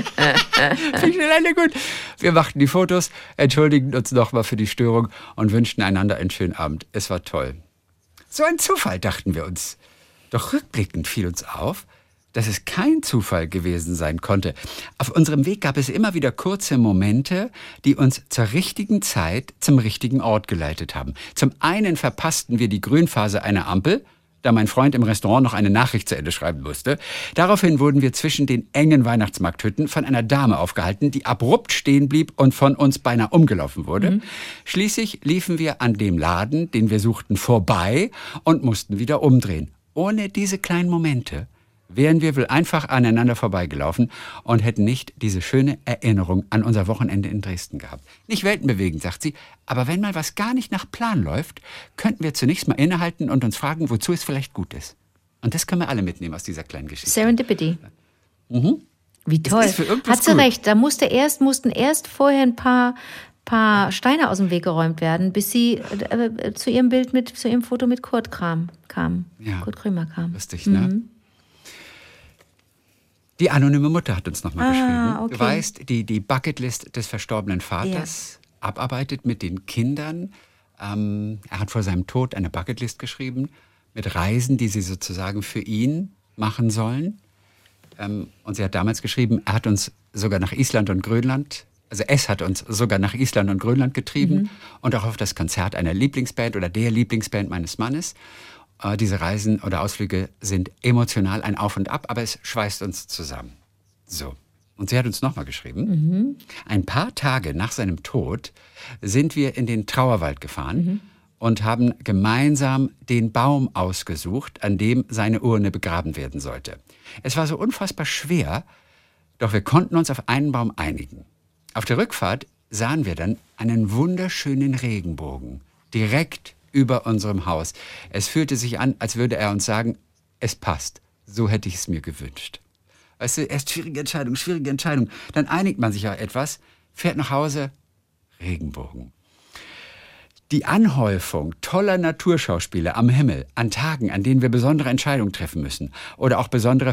ich alle gut. Wir machten die Fotos, entschuldigten uns nochmal für die Störung und wünschten einander einen schönen Abend. Es war toll. So ein Zufall, dachten wir uns. Doch rückblickend fiel uns auf, dass es kein Zufall gewesen sein konnte. Auf unserem Weg gab es immer wieder kurze Momente, die uns zur richtigen Zeit zum richtigen Ort geleitet haben. Zum einen verpassten wir die Grünphase einer Ampel, da mein Freund im Restaurant noch eine Nachricht zu Ende schreiben musste. Daraufhin wurden wir zwischen den engen Weihnachtsmarkthütten von einer Dame aufgehalten, die abrupt stehen blieb und von uns beinahe umgelaufen wurde. Schließlich liefen wir an dem Laden, den wir suchten, vorbei und mussten wieder umdrehen. Ohne diese kleinen Momente wären wir wohl einfach aneinander vorbeigelaufen und hätten nicht diese schöne Erinnerung an unser Wochenende in Dresden gehabt. Nicht weltenbewegend, sagt sie, aber wenn mal was gar nicht nach Plan läuft, könnten wir zunächst mal innehalten und uns fragen, wozu es vielleicht gut ist. Und das können wir alle mitnehmen aus dieser kleinen Geschichte. Serendipity. Wie toll. Hat sie recht, da mussten erst vorher ein paar Steine aus dem Weg geräumt werden, bis sie zu ihrem Foto mit Kurt kam. Ja, Kurt Krömer kam. Lustig, ne? Die anonyme Mutter hat uns nochmal geschrieben. Okay. Du weißt, die Bucketlist des verstorbenen Vaters abarbeitet mit den Kindern. Er hat vor seinem Tod eine Bucketlist geschrieben mit Reisen, die sie sozusagen für ihn machen sollen. Und sie hat damals geschrieben, er hat uns sogar nach Island und Grönland, also es hat uns sogar nach Island und Grönland getrieben und auch auf das Konzert einer Lieblingsband oder der Lieblingsband meines Mannes. Diese Reisen oder Ausflüge sind emotional ein Auf und Ab, aber es schweißt uns zusammen. So. Und sie hat uns nochmal geschrieben, ein paar Tage nach seinem Tod sind wir in den Trauerwald gefahren und haben gemeinsam den Baum ausgesucht, an dem seine Urne begraben werden sollte. Es war so unfassbar schwer, doch wir konnten uns auf einen Baum einigen. Auf der Rückfahrt sahen wir dann einen wunderschönen Regenbogen, direkt über unserem Haus. Es fühlte sich an, als würde er uns sagen, es passt. So hätte ich es mir gewünscht. Weißt du, erst schwierige Entscheidung. Dann einigt man sich auf etwas, fährt nach Hause, Regenbogen. Die Anhäufung toller Naturschauspiele am Himmel, an Tagen, an denen wir besondere Entscheidungen treffen müssen oder auch besondere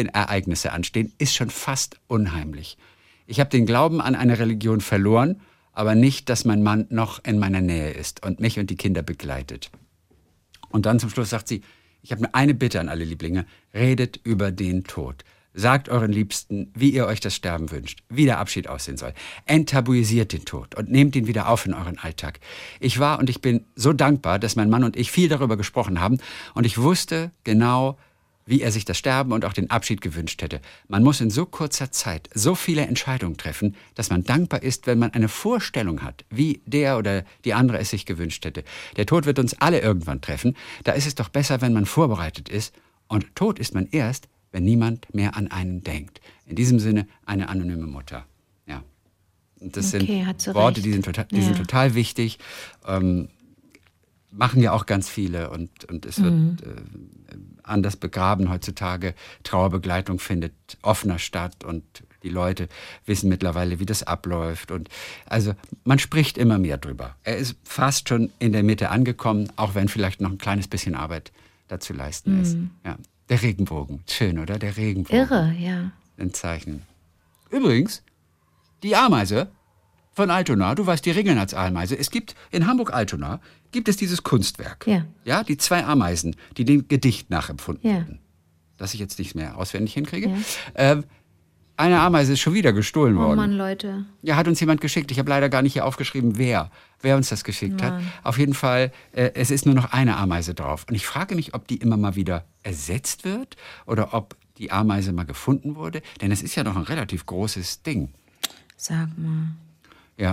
Familienereignisse anstehen, ist schon fast unheimlich. Ich habe den Glauben an eine Religion verloren, aber nicht, dass mein Mann noch in meiner Nähe ist und mich und die Kinder begleitet. Und dann zum Schluss sagt sie, ich habe nur eine Bitte an alle Lieblinge, redet über den Tod. Sagt euren Liebsten, wie ihr euch das Sterben wünscht, wie der Abschied aussehen soll. Enttabuisiert den Tod und nehmt ihn wieder auf in euren Alltag. Ich war und ich bin so dankbar, dass mein Mann und ich viel darüber gesprochen haben und ich wusste genau, wie er sich das Sterben und auch den Abschied gewünscht hätte. Man muss in so kurzer Zeit so viele Entscheidungen treffen, dass man dankbar ist, wenn man eine Vorstellung hat, wie der oder die andere es sich gewünscht hätte. Der Tod wird uns alle irgendwann treffen. Da ist es doch besser, wenn man vorbereitet ist. Und tot ist man erst, wenn niemand mehr an einen denkt. In diesem Sinne eine anonyme Mutter. Ja. Und das sind Worte, die sind total wichtig. Machen ja auch ganz viele und es wird anders begraben heutzutage. Trauerbegleitung findet offener statt und die Leute wissen mittlerweile, wie das abläuft. Und also man spricht immer mehr drüber. Er ist fast schon in der Mitte angekommen, auch wenn vielleicht noch ein kleines bisschen Arbeit dazu leisten ist. Ja. Der Regenbogen. Schön, oder? Der Regenbogen. Irre, ja. Ein Zeichen. Übrigens, die Ameise von Altona, du weißt die Regeln als Ameise. Es gibt in Hamburg-Altona gibt es dieses Kunstwerk. Ja. Ja, die 2 Ameisen, die dem Gedicht nachempfunden wurden. Das ich jetzt nicht mehr auswendig hinkriege. Ja. Eine Ameise ist schon wieder gestohlen worden. Oh Mann, Leute. Ja, hat uns jemand geschickt. Ich habe leider gar nicht hier aufgeschrieben, wer uns das geschickt hat. Auf jeden Fall, es ist nur noch eine Ameise drauf. Und ich frage mich, ob die immer mal wieder ersetzt wird oder ob die Ameise mal gefunden wurde. Denn es ist ja noch ein relativ großes Ding. Sag mal. Ja.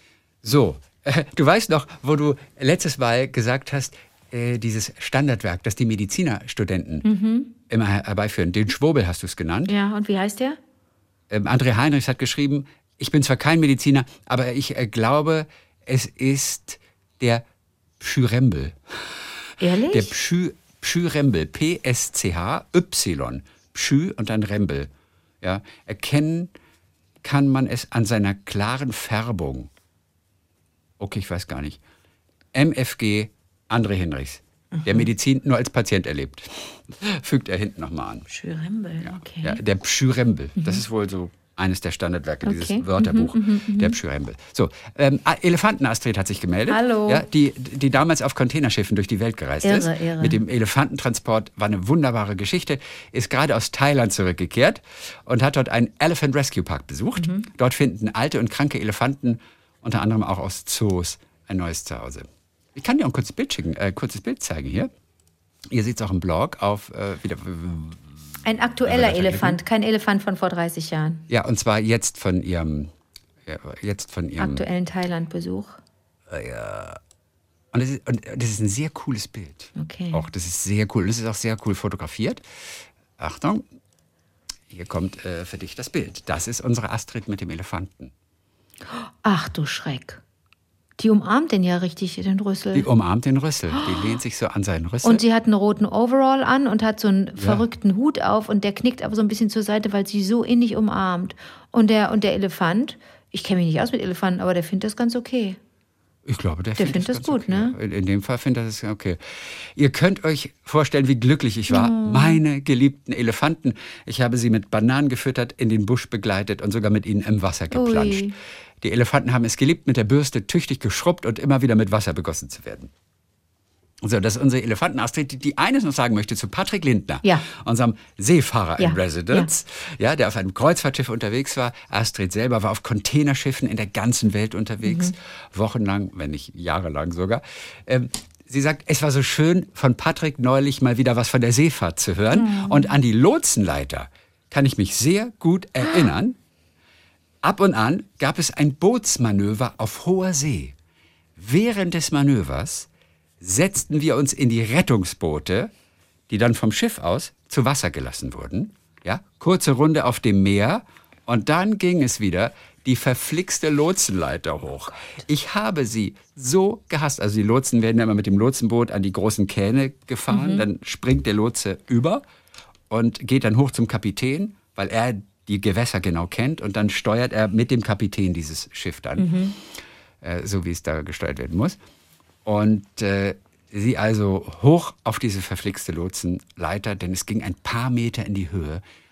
So, du weißt noch, wo du letztes Mal gesagt hast, dieses Standardwerk, das die Medizinerstudenten immer herbeiführen. Den Schwurbel hast du es genannt. Ja, und wie heißt der? André Heinrichs hat geschrieben, ich bin zwar kein Mediziner, aber ich glaube, es ist der Pschyrembel. Ehrlich? Der Pschyrembel, P-S-C-H-Y, Pschy und dann Rembel. Ja, erkennen kann man es an seiner klaren Färbung. Okay, ich weiß gar nicht. MFG André Heinrichs, der Medizin nur als Patient erlebt. Fügt er hinten nochmal an. Pschyrembel, ja. okay. Ja, der Pschyrembel, das ist wohl so eines der Standardwerke, dieses Wörterbuch, der Pschyrembel. So, Elefanten-Astrid hat sich gemeldet. Hallo. Ja, die damals auf Containerschiffen durch die Welt gereist ist. Irre. Mit dem Elefantentransport, war eine wunderbare Geschichte. Ist gerade aus Thailand zurückgekehrt und hat dort einen Elephant Rescue Park besucht. Dort finden alte und kranke Elefanten, unter anderem auch aus Zoos, ein neues Zuhause. Ich kann dir auch ein kurzes Bild schicken, kurzes Bild zeigen hier. Ihr seht es auch im Blog auf ein aktueller Elefant, kein Elefant von vor 30 Jahren. Ja, und zwar jetzt von ihrem aktuellen Thailand-Besuch. Ja. Und das ist ein sehr cooles Bild. Okay. Auch das ist sehr cool. Das ist auch sehr cool fotografiert. Achtung, hier kommt für dich das Bild. Das ist unsere Astrid mit dem Elefanten. Ach du Schreck. Die umarmt den ja richtig, den Rüssel. Die umarmt den Rüssel. Die lehnt sich so an seinen Rüssel. Und sie hat einen roten Overall an und hat so einen verrückten Hut auf und der knickt aber so ein bisschen zur Seite, weil sie so innig umarmt. Und der Elefant, ich kenne mich nicht aus mit Elefanten, aber der findet das ganz okay. Ich glaube, der findet das gut, okay. Ne? In dem Fall findet er das okay. Ihr könnt euch vorstellen, wie glücklich ich war. Meine geliebten Elefanten. Ich habe sie mit Bananen gefüttert, in den Busch begleitet und sogar mit ihnen im Wasser geplanscht. Ui. Die Elefanten haben es geliebt, mit der Bürste tüchtig geschrubbt und immer wieder mit Wasser begossen zu werden. So, das ist unsere Elefanten-Astrid, die eines noch sagen möchte zu Patrick Lindner, unserem Seefahrer in Residence, der auf einem Kreuzfahrtschiff unterwegs war. Astrid selber war auf Containerschiffen in der ganzen Welt unterwegs, wochenlang, wenn nicht jahrelang sogar. Sie sagt, es war so schön, von Patrick neulich mal wieder was von der Seefahrt zu hören. Und an die Lotsenleiter kann ich mich sehr gut erinnern. Ab und an gab es ein Bootsmanöver auf hoher See. Während des Manövers setzten wir uns in die Rettungsboote, die dann vom Schiff aus zu Wasser gelassen wurden. Ja, kurze Runde auf dem Meer und dann ging es wieder die verflixte Lotsenleiter hoch. Ich habe sie so gehasst. Also die Lotsen werden ja immer mit dem Lotsenboot an die großen Kähne gefahren. Dann springt der Lotse über und geht dann hoch zum Kapitän, weil er die Gewässer genau kennt. Und dann steuert er mit dem Kapitän dieses Schiff dann, so wie es da gesteuert werden muss. Und sie also hoch auf diese verflixte Lotsenleiter, denn es ging ein paar Meter in die Höhe.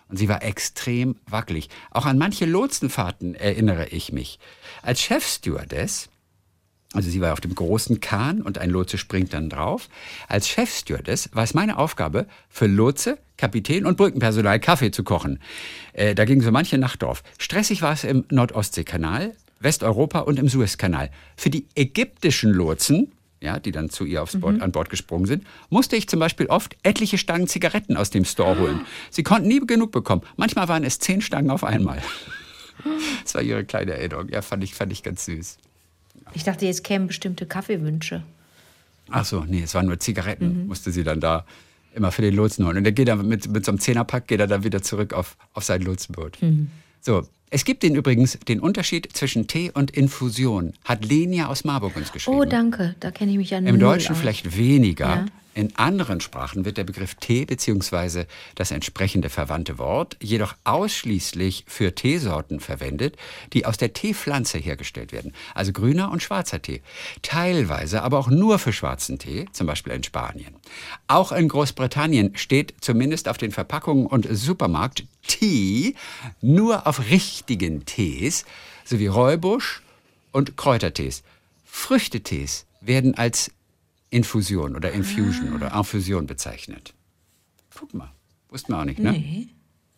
Und sie war extrem wackelig. Auch an manche Lotsenfahrten erinnere ich mich. Als Chefstewardess, also sie war auf dem großen Kahn und ein Lotse springt dann drauf. Als Chefstewardess war es meine Aufgabe, für Lotse, Kapitän und Brückenpersonal Kaffee zu kochen. Da ging so manche Nacht drauf. Stressig war es im Nordostseekanal, Westeuropa und im Suezkanal. Für die ägyptischen Lotsen, ja, die dann zu ihr an Bord gesprungen sind, musste ich zum Beispiel oft etliche Stangen Zigaretten aus dem Store holen. Sie konnten nie genug bekommen. Manchmal waren es 10 Stangen auf einmal. Das war ihre kleine Erinnerung. Ja, fand ich ganz süß. Ich dachte, jetzt kämen bestimmte Kaffeewünsche. Ach so, nee, es waren nur Zigaretten, musste sie dann da immer für den Lotsen holen. Und der geht dann mit so einem 10er-Pack geht er dann wieder zurück auf sein Lotsenboot. So, es gibt übrigens den Unterschied zwischen Tee und Infusion. Hat Lenia aus Marburg uns geschrieben. Oh, danke, da kenne ich mich ja null Im Deutschen aus. vielleicht weniger. Ja. In anderen Sprachen wird der Begriff Tee bzw. das entsprechende verwandte Wort jedoch ausschließlich für Teesorten verwendet, die aus der Teepflanze hergestellt werden. Also grüner und schwarzer Tee. Teilweise aber auch nur für schwarzen Tee, zum Beispiel in Spanien. Auch in Großbritannien steht zumindest auf den Verpackungen und Supermarkt Tea nur auf richtigen Tees sowie Räubusch und Kräutertees. Früchtetees werden als Infusion oder Infusion oder Infusion bezeichnet. Guck mal, wussten wir auch nicht, ne? Nee.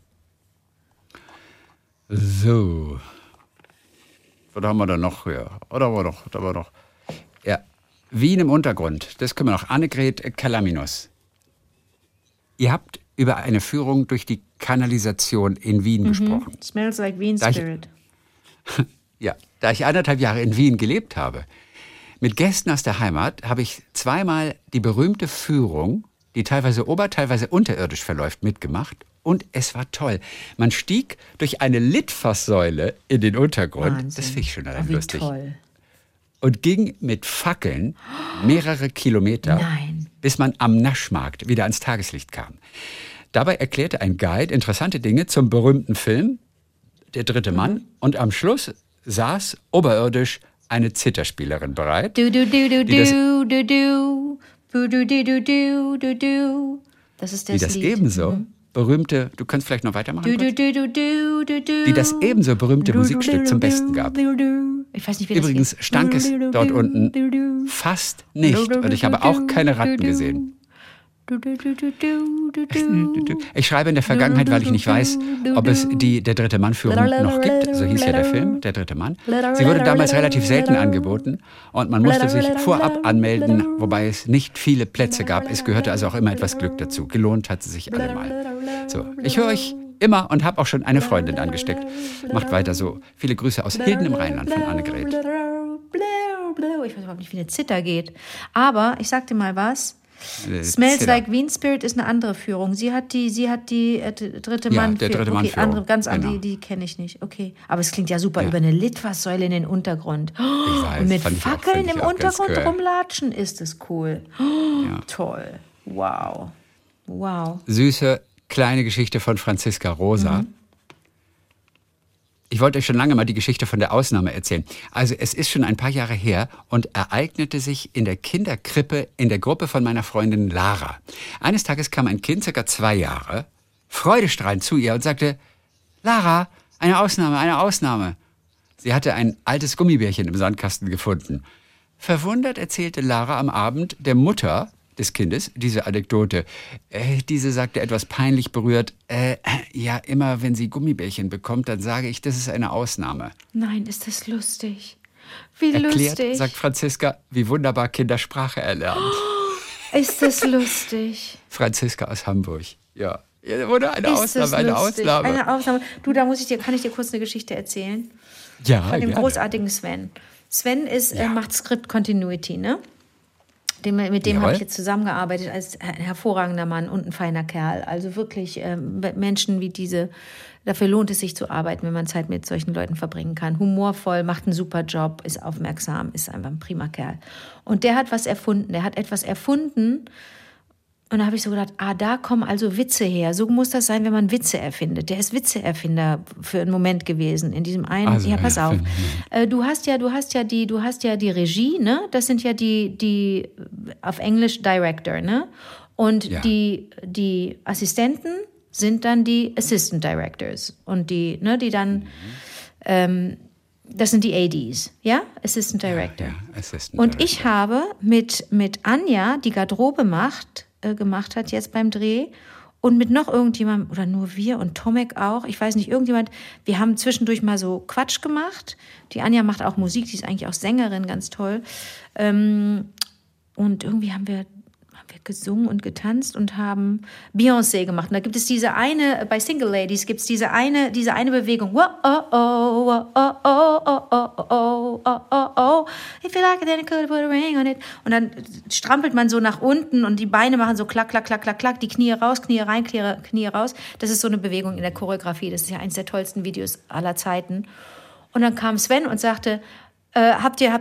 So. Was haben wir da noch? Ja, da war noch. Ja, Wien im Untergrund. Das können wir noch. Annegret Kalaminos. Ihr habt über eine Führung durch die Kanalisation in Wien gesprochen. Smells like Wien Spirit. Da ich 1,5 Jahre in Wien gelebt habe, mit Gästen aus der Heimat habe ich zweimal die berühmte Führung, die teilweise teilweise unterirdisch verläuft, mitgemacht. Und es war toll. Man stieg durch eine Litfaßsäule in den Untergrund. Wahnsinn. Das finde ich schon allein Wie lustig. toll. Und ging mit Fackeln mehrere Kilometer, bis man am Naschmarkt wieder ans Tageslicht kam. Dabei erklärte ein Guide interessante Dinge zum berühmten Film Der dritte Mann. Und am Schluss saß oberirdisch eine Zitherspielerin bereit. Das ist die das Lied. ebenso berühmte, du kannst vielleicht noch weitermachen, die das ebenso berühmte Musikstück zum Besten gab. Ich weiß nicht, wie Übrigens das stank es dort unten fast nicht und ich habe auch keine Ratten gesehen. Ich schreibe in der Vergangenheit, weil ich nicht weiß, ob es die Der dritte Mann-Führung noch gibt. So hieß ja der Film, Der dritte Mann. Sie wurde damals relativ selten angeboten und man musste sich vorab anmelden, wobei es nicht viele Plätze gab. Es gehörte also auch immer etwas Glück dazu. Gelohnt hat sie sich allemal. So, ich höre euch immer und habe auch schon eine Freundin angesteckt. Macht weiter so. Viele Grüße aus Hilden im Rheinland von Annegret. Ich weiß überhaupt nicht, wie eine Zither geht. Aber ich sag dir mal was. Smells Like Wien Spirit ist eine andere Führung. Sie hat die dritte Mann. Der dritte Mann. Okay, andere, ganz andere, die kenne ich nicht. Okay, aber es klingt ja super über eine Litfaßsäule in den Untergrund. Ich weiß, und mit Fackeln im Untergrund rumlatschen ist es cool. Toll. Wow. Süße kleine Geschichte von Franziska Rosa. Ich wollte euch schon lange mal die Geschichte von der Ausnahme erzählen. Also es ist schon ein paar Jahre her und ereignete sich in der Kinderkrippe in der Gruppe von meiner Freundin Lara. Eines Tages kam ein Kind, ca. 2 Jahre, freudestrahlend zu ihr und sagte, Lara, eine Ausnahme. Sie hatte ein altes Gummibärchen im Sandkasten gefunden. Verwundert erzählte Lara am Abend der Mutter des Kindes diese Anekdote. Diese sagte etwas peinlich berührt, ja, immer wenn sie Gummibärchen bekommt, dann sage ich, das ist eine Ausnahme. Nein, ist das lustig. Wie Erklärt, lustig. sagt Franziska, wie wunderbar Kinder Sprache erlernen. Ist das lustig. Franziska aus Hamburg, ja. Wurde eine Ausnahme. Eine Ausnahme. Du, kann ich dir kurz eine Geschichte erzählen? Ja, von dem gerne. großartigen Sven. Sven macht Script Continuity, ne? Mit dem habe ich jetzt zusammengearbeitet als ein hervorragender Mann und ein feiner Kerl. Also wirklich Menschen wie diese, dafür lohnt es sich zu arbeiten, wenn man Zeit mit solchen Leuten verbringen kann. Humorvoll, macht einen super Job, ist aufmerksam, ist einfach ein prima Kerl. Und der hat etwas erfunden. Und da habe ich so gedacht, da kommen also Witze her. So muss das sein, wenn man Witze erfindet. Der ist Witzeerfinder für einen Moment gewesen. In diesem einen, also, pass auf. Du hast ja die Regie, ne? Das sind ja die auf Englisch Director, ne? Und die Assistenten sind dann die Assistant Directors. Und die dann, das sind die ADs, ja? Assistant Director. Ja, Assistant und Director. ich habe mit Anja die Garderobe gemacht hat jetzt beim Dreh und mit noch irgendjemandem, oder nur wir und Tomek auch, ich weiß nicht, irgendjemand, wir haben zwischendurch mal so Quatsch gemacht. Die Anja macht auch Musik, die ist eigentlich auch Sängerin, ganz toll. Und irgendwie haben wir gesungen und getanzt und haben Beyoncé gemacht. Und da gibt es diese eine, bei Single Ladies gibt es diese eine Bewegung. Whoa, oh, oh, oh, oh, oh, oh, oh, oh, oh, oh. If you like it, then I could put a ring on it. Und dann strampelt man so nach unten und die Beine machen so klack, klack, klack, klack, klack, die Knie raus, Knie rein, Knie raus. Das ist so eine Bewegung in der Choreografie. Das ist ja eines der tollsten Videos aller Zeiten. Und dann kam Sven und sagte, habt ihr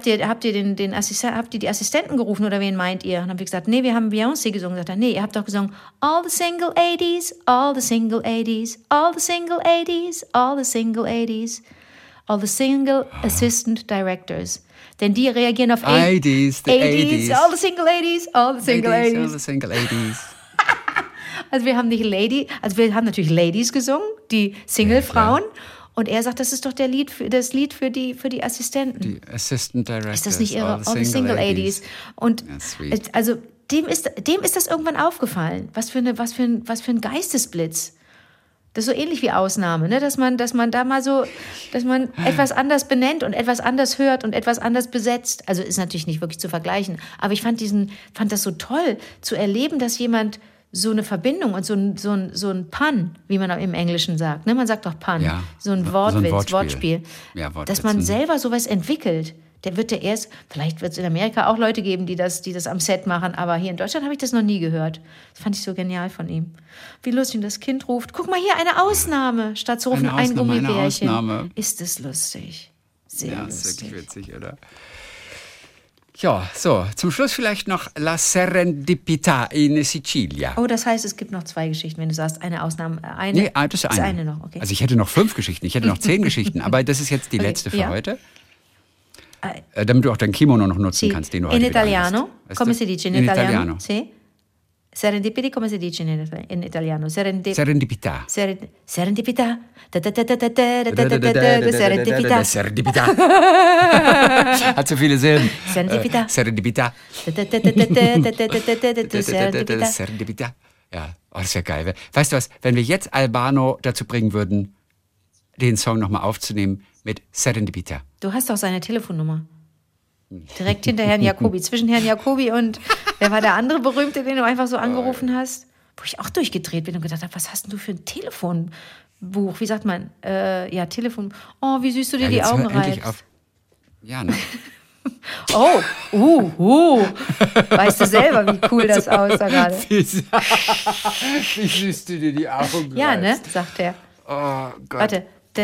die Assistenten gerufen oder wen meint ihr? Und dann haben wir gesagt, nee, wir haben Beyoncé gesungen. Sagt er, nee, ihr habt doch gesungen, all the single 80s, all the single 80s, all the single 80s, all the single 80s, all the single assistant directors. Denn die reagieren auf 80s, the 80s, all the single 80s, all the single 80s. All the single 80s. Also wir haben natürlich Ladies gesungen, die Single-Frauen. Ja, und er sagt, das ist doch das Lied für die Assistenten. Die Assistant Directors. Ist das nicht irre? All the Single 80s. Und also dem ist das irgendwann aufgefallen. Was für ein Geistesblitz. Das ist so ähnlich wie Ausnahme, ne? Dass man da mal so, dass man etwas anders benennt und etwas anders hört und etwas anders besetzt. Also ist natürlich nicht wirklich zu vergleichen. Aber ich fand das so toll, zu erleben, dass jemand so eine Verbindung und so ein Pun, wie man im Englischen sagt. Ne? Man sagt doch Pun. Ja, so ein Wortspiel. Ja, dass man selber sowas entwickelt. Vielleicht wird es in Amerika auch Leute geben, die das am Set machen, aber hier in Deutschland habe ich das noch nie gehört. Das fand ich so genial von ihm. Wie lustig das Kind ruft, guck mal hier, eine Ausnahme, statt zu rufen, ein Gummibärchen. Ist das lustig. Sehr lustig. Ist wirklich witzig, oder? Ja, so, zum Schluss vielleicht noch La Serendipità in Sicilia. Oh, das heißt, es gibt noch 2 Geschichten, wenn du sagst, eine Ausnahme. Nee, das ist eine noch. Okay. Also ich hätte noch 5 Geschichten, ich hätte noch 10 Geschichten, aber das ist jetzt die letzte für heute. Damit du auch dein Kimono noch nutzen kannst, den du heute in italiano, hast. Come si dice in italiano? Sì. Serendipity, come si dice in italiano? Serendipità. Serendipità. Serendipità. Hat so viele Silben. Serendipità. Serendipità. Serendipità. Ja, das ist ja geil. Weißt du was, wenn wir jetzt Albano dazu bringen würden, den Song nochmal aufzunehmen mit Serendipità. Du hast doch seine Telefonnummer. Direkt hinter Herrn Jacobi. Zwischen Herrn Jacobi und, wer war der andere Berühmte, den du einfach so angerufen hast? Wo ich auch durchgedreht bin und gedacht habe, was hast denn du für ein Telefonbuch? Wie sagt man? Telefon. Oh, wie süß du dir die Augen reibst. Ja, ne? Weißt du selber, wie cool das aussah gerade. Wie süß du dir die Augen reibst. Ja, ne? Sagt er. Oh Gott. Warte.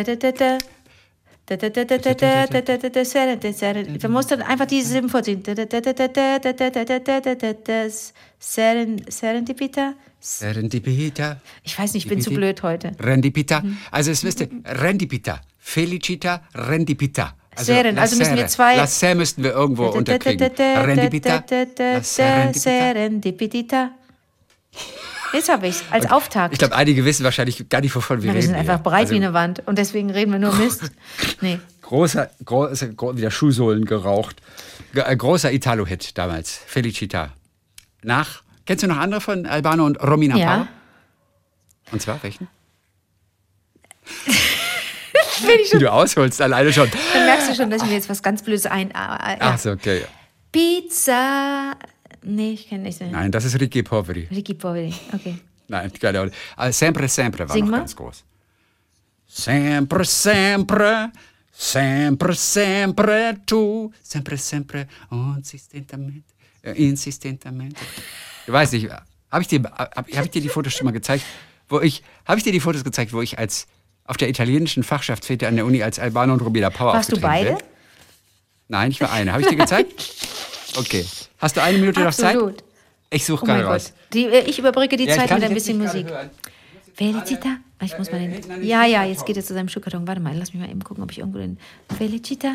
Man muss dann einfach diese Silben vorziehen. Serendipità. Ich weiß nicht, ich bin zu blöd heute. Rendipità. Also es müsste Rendipità. Felicita, Rendipità. Also müssen wir 2... La Se müssten wir irgendwo unterkriegen. Rendipità. Serendipità. Jetzt habe ich es als Auftakt. Ich glaube, einige wissen wahrscheinlich gar nicht, wovon wir reden. Wir sind einfach breit wie eine Wand und deswegen reden wir nur Mist. Nee. Wieder Schuhsohlen geraucht. Großer Italo-Hit damals. Felicita. Kennst du noch andere von Albano und Romina Power? Und zwar welchen? Wenn du ausholst, alleine schon. Dann merkst du schon, dass ich mir jetzt was ganz Blödes Ach so, okay. Ja. Pizza... Nee, ich kenne nicht so. Nein, das ist Ricky Poveri. Ricky Poveri, okay. Nein, keine Ahnung. Sempre, sempre war Sing noch mal. Ganz groß. Sempre, sempre, sempre, sempre, tu, sempre, sempre, insistentamente. Du weißt nicht, hab ich dir die Fotos schon mal gezeigt, wo ich auf der italienischen Fachschaftsfete an der Uni als Albano und Romina Power Warst du beide? Bin? Nein, ich war eine. Habe ich dir gezeigt? Okay. Hast du 1 Minute noch Zeit? Absolut. Ich suche gerade raus. Ich überbrücke die Zeit mit ein bisschen Musik. Felicita. Ich muss mal den. Ja, jetzt geht es zu seinem Schuhkarton. Warte mal, lass mich mal eben gucken, ob ich irgendwo den. Felicita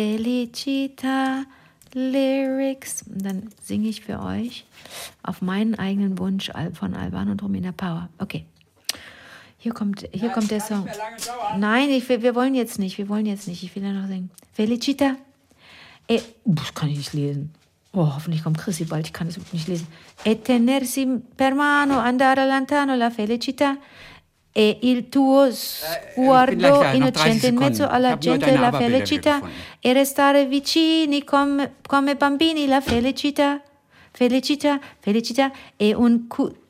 Lyrics. Und dann singe ich für euch auf meinen eigenen Wunsch von Albano und Romina Power. Okay. Hier kommt der Song. Nein, wir wollen jetzt nicht. Ich will ja noch singen. Felicita. Das kann ich nicht lesen. Oh, hoffentlich kommt Chrissy bald. Ich kann das nicht lesen. E tenersi per mano, andare lontano la felicità. E il tuo sguardo innocente in mezzo alla gente, la felicità. E restare vicini come bambini, la felicità. Felicità, felicità. E un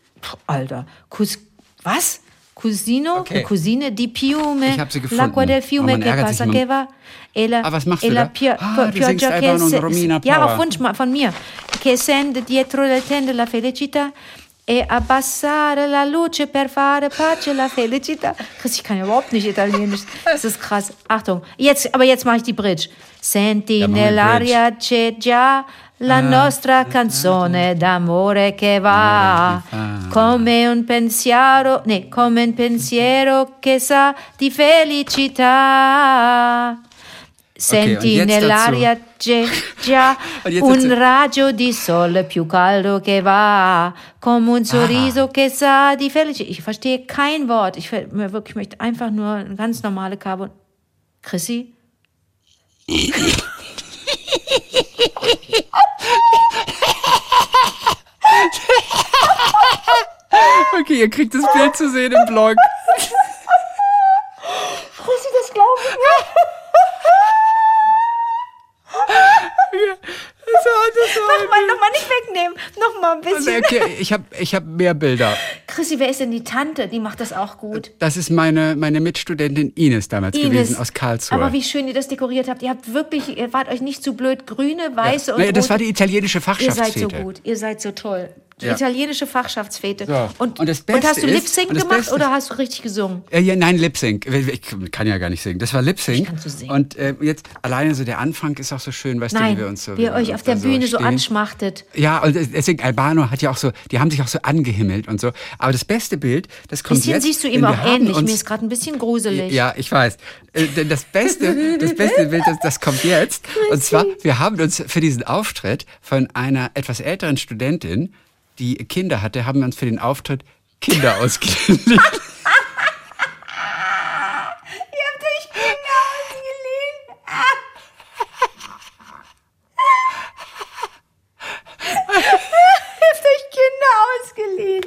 was? Cusino, okay. Cousine di piume, ich habe sie gefunden. L'acqua del fiume che passa che va. Was machst du da? Du singst Albano und Romina Power. Ja, auf Wunsch von mir. Che sende dietro le tende la felicità e abbassare la luce per fare pace la felicità. Chris, ich kann ja überhaupt nicht Italienisch. Das ist krass. Achtung, jetzt mache ich die Bridge. Senti nell'aria c'è già la nostra canzone d'amore che va come un pensiero che sa di felicità. Senti nell'aria c'è già un raggio di sole più caldo che va come un sorriso che sa di felicità. Ich verstehe kein Wort. Ich möchte einfach nur eine ganz normale Carbon. Chrissy? Okay, ihr kriegt das Bild zu sehen im Blog. Chrissy, das glaube ich nicht. Nochmal nicht wegnehmen. Nochmal ein bisschen. Okay, ich hab mehr Bilder. Chrissy, wer ist denn die Tante? Die macht das auch gut. Das ist meine Mitstudentin Ines damals gewesen aus Karlsruhe. Aber wie schön ihr das dekoriert habt. Ihr wart euch nicht zu blöd. Grüne, weiße und rote. Das war die italienische Fachschaftsfete. Ihr seid so gut. Ihr seid so toll. Die italienische Fachschaftsfete. So. Und das Beste hast du Lip-Sync gemacht oder hast du richtig gesungen? Nein, Lip-Sync. Ich kann ja gar nicht singen. Das war Lip-Sync. Kannst du singen. Und jetzt alleine so der Anfang ist auch so schön, weißt du, wie wir uns so... wie ihr euch auf der Bühne so anschmachtet. Ja, und deswegen Albano hat ja auch so, die haben sich auch so angehimmelt und so. Aber das beste Bild, das kommt jetzt... Siehst du ihm auch ähnlich. Mir ist gerade ein bisschen gruselig. Ja, ich weiß. Das beste Bild, das kommt jetzt. Und zwar, wir haben uns für diesen Auftritt von einer etwas älteren Studentin, die Kinder hatte, haben wir uns für den Auftritt Kinder ausgeliehen. Ihr habt euch Kinder ausgeliehen. Ihr habt euch Kinder ausgeliehen.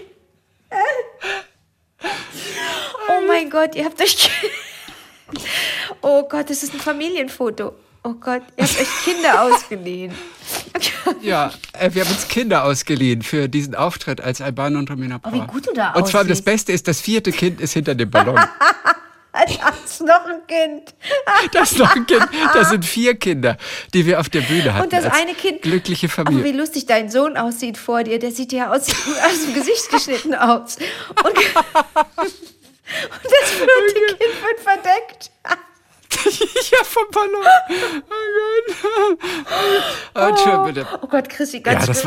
Oh mein Gott, ihr habt euch Kinder... Oh Gott, das ist ein Familienfoto. Oh Gott, ihr habt euch Kinder ausgeliehen. Ja, wir haben uns Kinder ausgeliehen für diesen Auftritt als Albano und Romina Power. Oh, wie gut du da aussiehst. Und zwar das Beste ist, das 4. Kind ist hinter dem Ballon. Das ist noch ein Kind. Das ist noch ein Kind. Das sind 4 Kinder, die wir auf der Bühne hatten. Und das eine Kind, glückliche Familie. Aber wie lustig dein Sohn aussieht vor dir. Der sieht ja aus dem Gesicht geschnitten aus. Und das 4. Kind wird verdeckt. Ja, vom Ballon. Oh Gott. Bitte. Oh Gott, Chrissy, ganz das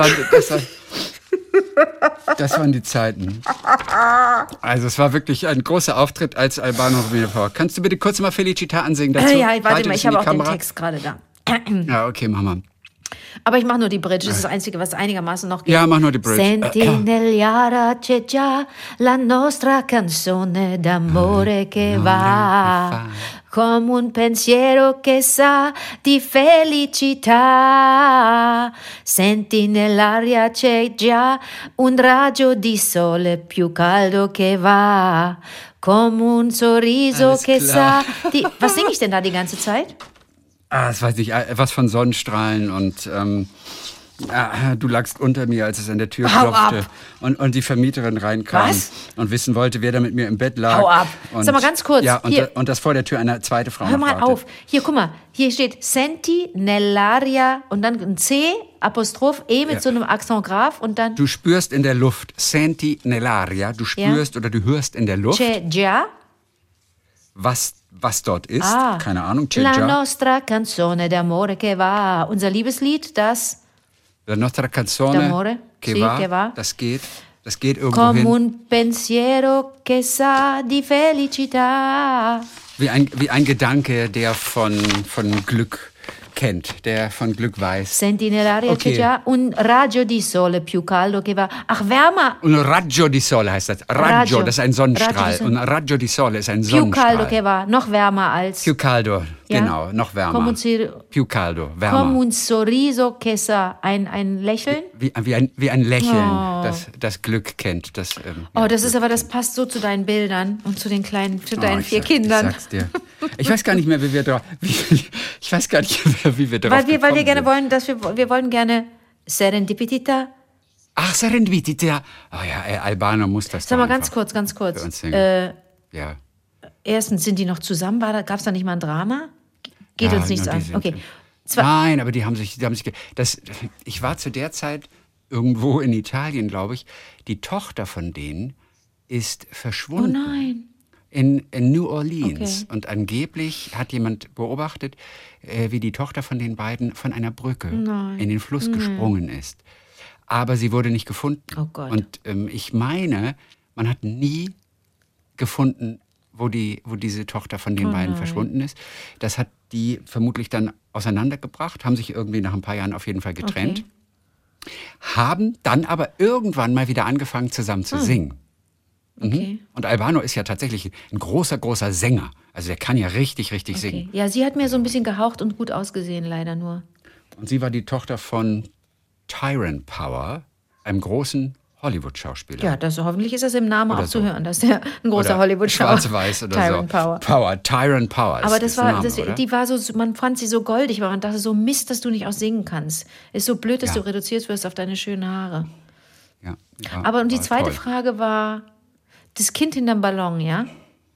waren die Zeiten. Also es war wirklich ein großer Auftritt als Albano Romina Power. Kannst du bitte kurz mal Felicità ansingen dazu? Ja, warte mal, ich habe auch den Text gerade da. Ja, okay, mach mal. Aber ich mache nur die Bridge, das ist das Einzige, was einigermaßen noch geht. Ja, mach nur die Bridge. Senti nell'aria c'è già la nostra canzone d'amore che va come un pensiero che sa di felicità. Senti nell'aria c'è già un raggio di sole più caldo che va come un sorriso che sa di... Was singe ich denn da die ganze Zeit? Das weiß ich, was von Sonnenstrahlen und du lagst unter mir, als es an der Tür klopfte und die Vermieterin reinkam und wissen wollte, wer da mit mir im Bett lag. Hau ab. Und, sag mal ganz kurz. Ja, und das vor der Tür eine zweite Frau Hör mal wartet. auf. Hier, guck mal. Hier steht Senti nell'aria und dann ein C, Apostroph E mit so einem Accent grave und dann... Du spürst in der Luft. Senti nell'aria. Du spürst oder du hörst in der Luft. C'è già. Was dort ist, keine Ahnung. La nostra canzone d'amore che va. Unser Liebeslied, das... La nostra canzone d'amore che va. Das geht irgendwo Come hin. un pensiero che sa di felicità. Wie ein Gedanke, der von Glück kennt, der von Glück weiß. Senti nell'aria c'è già un raggio di sole più caldo che va. Ach, wärmer. Un raggio di sole heißt das. Raggio, das ist ein Sonnenstrahl. Un raggio di sole ist ein Sonnenstrahl. Più caldo che va, noch wärmer als. Più caldo, genau, noch wärmer. Più caldo, wärmer. Come un sorriso che sa, ein Lächeln. Wie ein Lächeln, das Glück kennt. Das ist aber, das passt so zu deinen Bildern und zu deinen 4 Kindern. Ich sag's dir. Ich weiß gar nicht mehr, wie wir drauf Weil wir gerne wollen, wir wollen gerne Serendipità. Ach, Serendipità. Oh ja, Albano muss das. Sag mal ganz kurz. Ja. Erstens, sind die noch zusammen? Gab es da nicht mal ein Drama? Geht uns nichts an. Okay. Nein, aber die haben sich ich war zu der Zeit irgendwo in Italien, glaube ich. Die Tochter von denen ist verschwunden. Oh nein. In New Orleans. Okay. Und angeblich hat jemand beobachtet, wie die Tochter von den beiden von einer Brücke in den Fluss gesprungen ist. Aber sie wurde nicht gefunden. Oh Gott. Und ich meine, man hat nie gefunden, wo diese Tochter von den beiden verschwunden ist. Das hat die vermutlich dann auseinandergebracht, haben sich irgendwie nach ein paar Jahren auf jeden Fall getrennt, haben dann aber irgendwann mal wieder angefangen zusammen zu singen. Okay. Und Albano ist ja tatsächlich ein großer Sänger. Also der kann ja richtig singen. Ja, sie hat mir so ein bisschen gehaucht und gut ausgesehen, leider nur. Und sie war die Tochter von Tyrone Power, einem großen Hollywood-Schauspieler. Ja, hoffentlich ist das im Namen auch zu hören, dass der ein großer Hollywood-Schauspieler ist. Schwarz-Weiß oder Tyrone so. Tyrone Power. Aber die war so, man fand sie so goldig, weil man dachte so, Mist, dass du nicht auch singen kannst. Ist so blöd, dass du reduziert wirst auf deine schönen Haare. Ja. Aber und die zweite Frage war, das Kind hinterm Ballon, ja?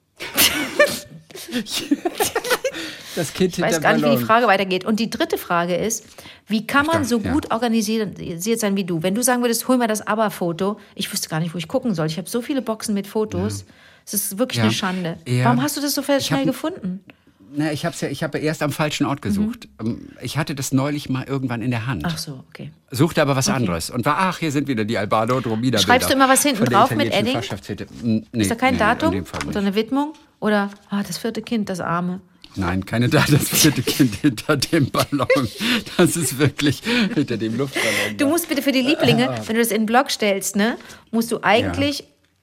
Das Kind ich weiß gar nicht, wie die Frage weitergeht. Und die dritte Frage ist, wie kann man so gut organisiert sein wie du? Wenn du sagen würdest, hol mir das ABBA-Foto, ich wüsste gar nicht, wo ich gucken soll. Ich habe so viele Boxen mit Fotos. Es ist wirklich eine Schande. Ja. Warum hast du das so schnell gefunden? Na, ich habe erst am falschen Ort gesucht. Ich hatte das neulich mal irgendwann in der Hand. Ach so, okay. Suchte aber was anderes und war, hier sind wieder die Albano und Romina. Schreibst du immer was hinten drauf mit Edding? Nee, ist da kein Datum? In dem Fall nicht. Oder eine Widmung? Oder, das 4. Kind, das Arme. Nein, keine Datum, das 4. Kind hinter dem Ballon. Das ist wirklich hinter dem Luftballon. Du musst bitte für die Lieblinge, wenn du das in den Blog stellst, ne, musst du eigentlich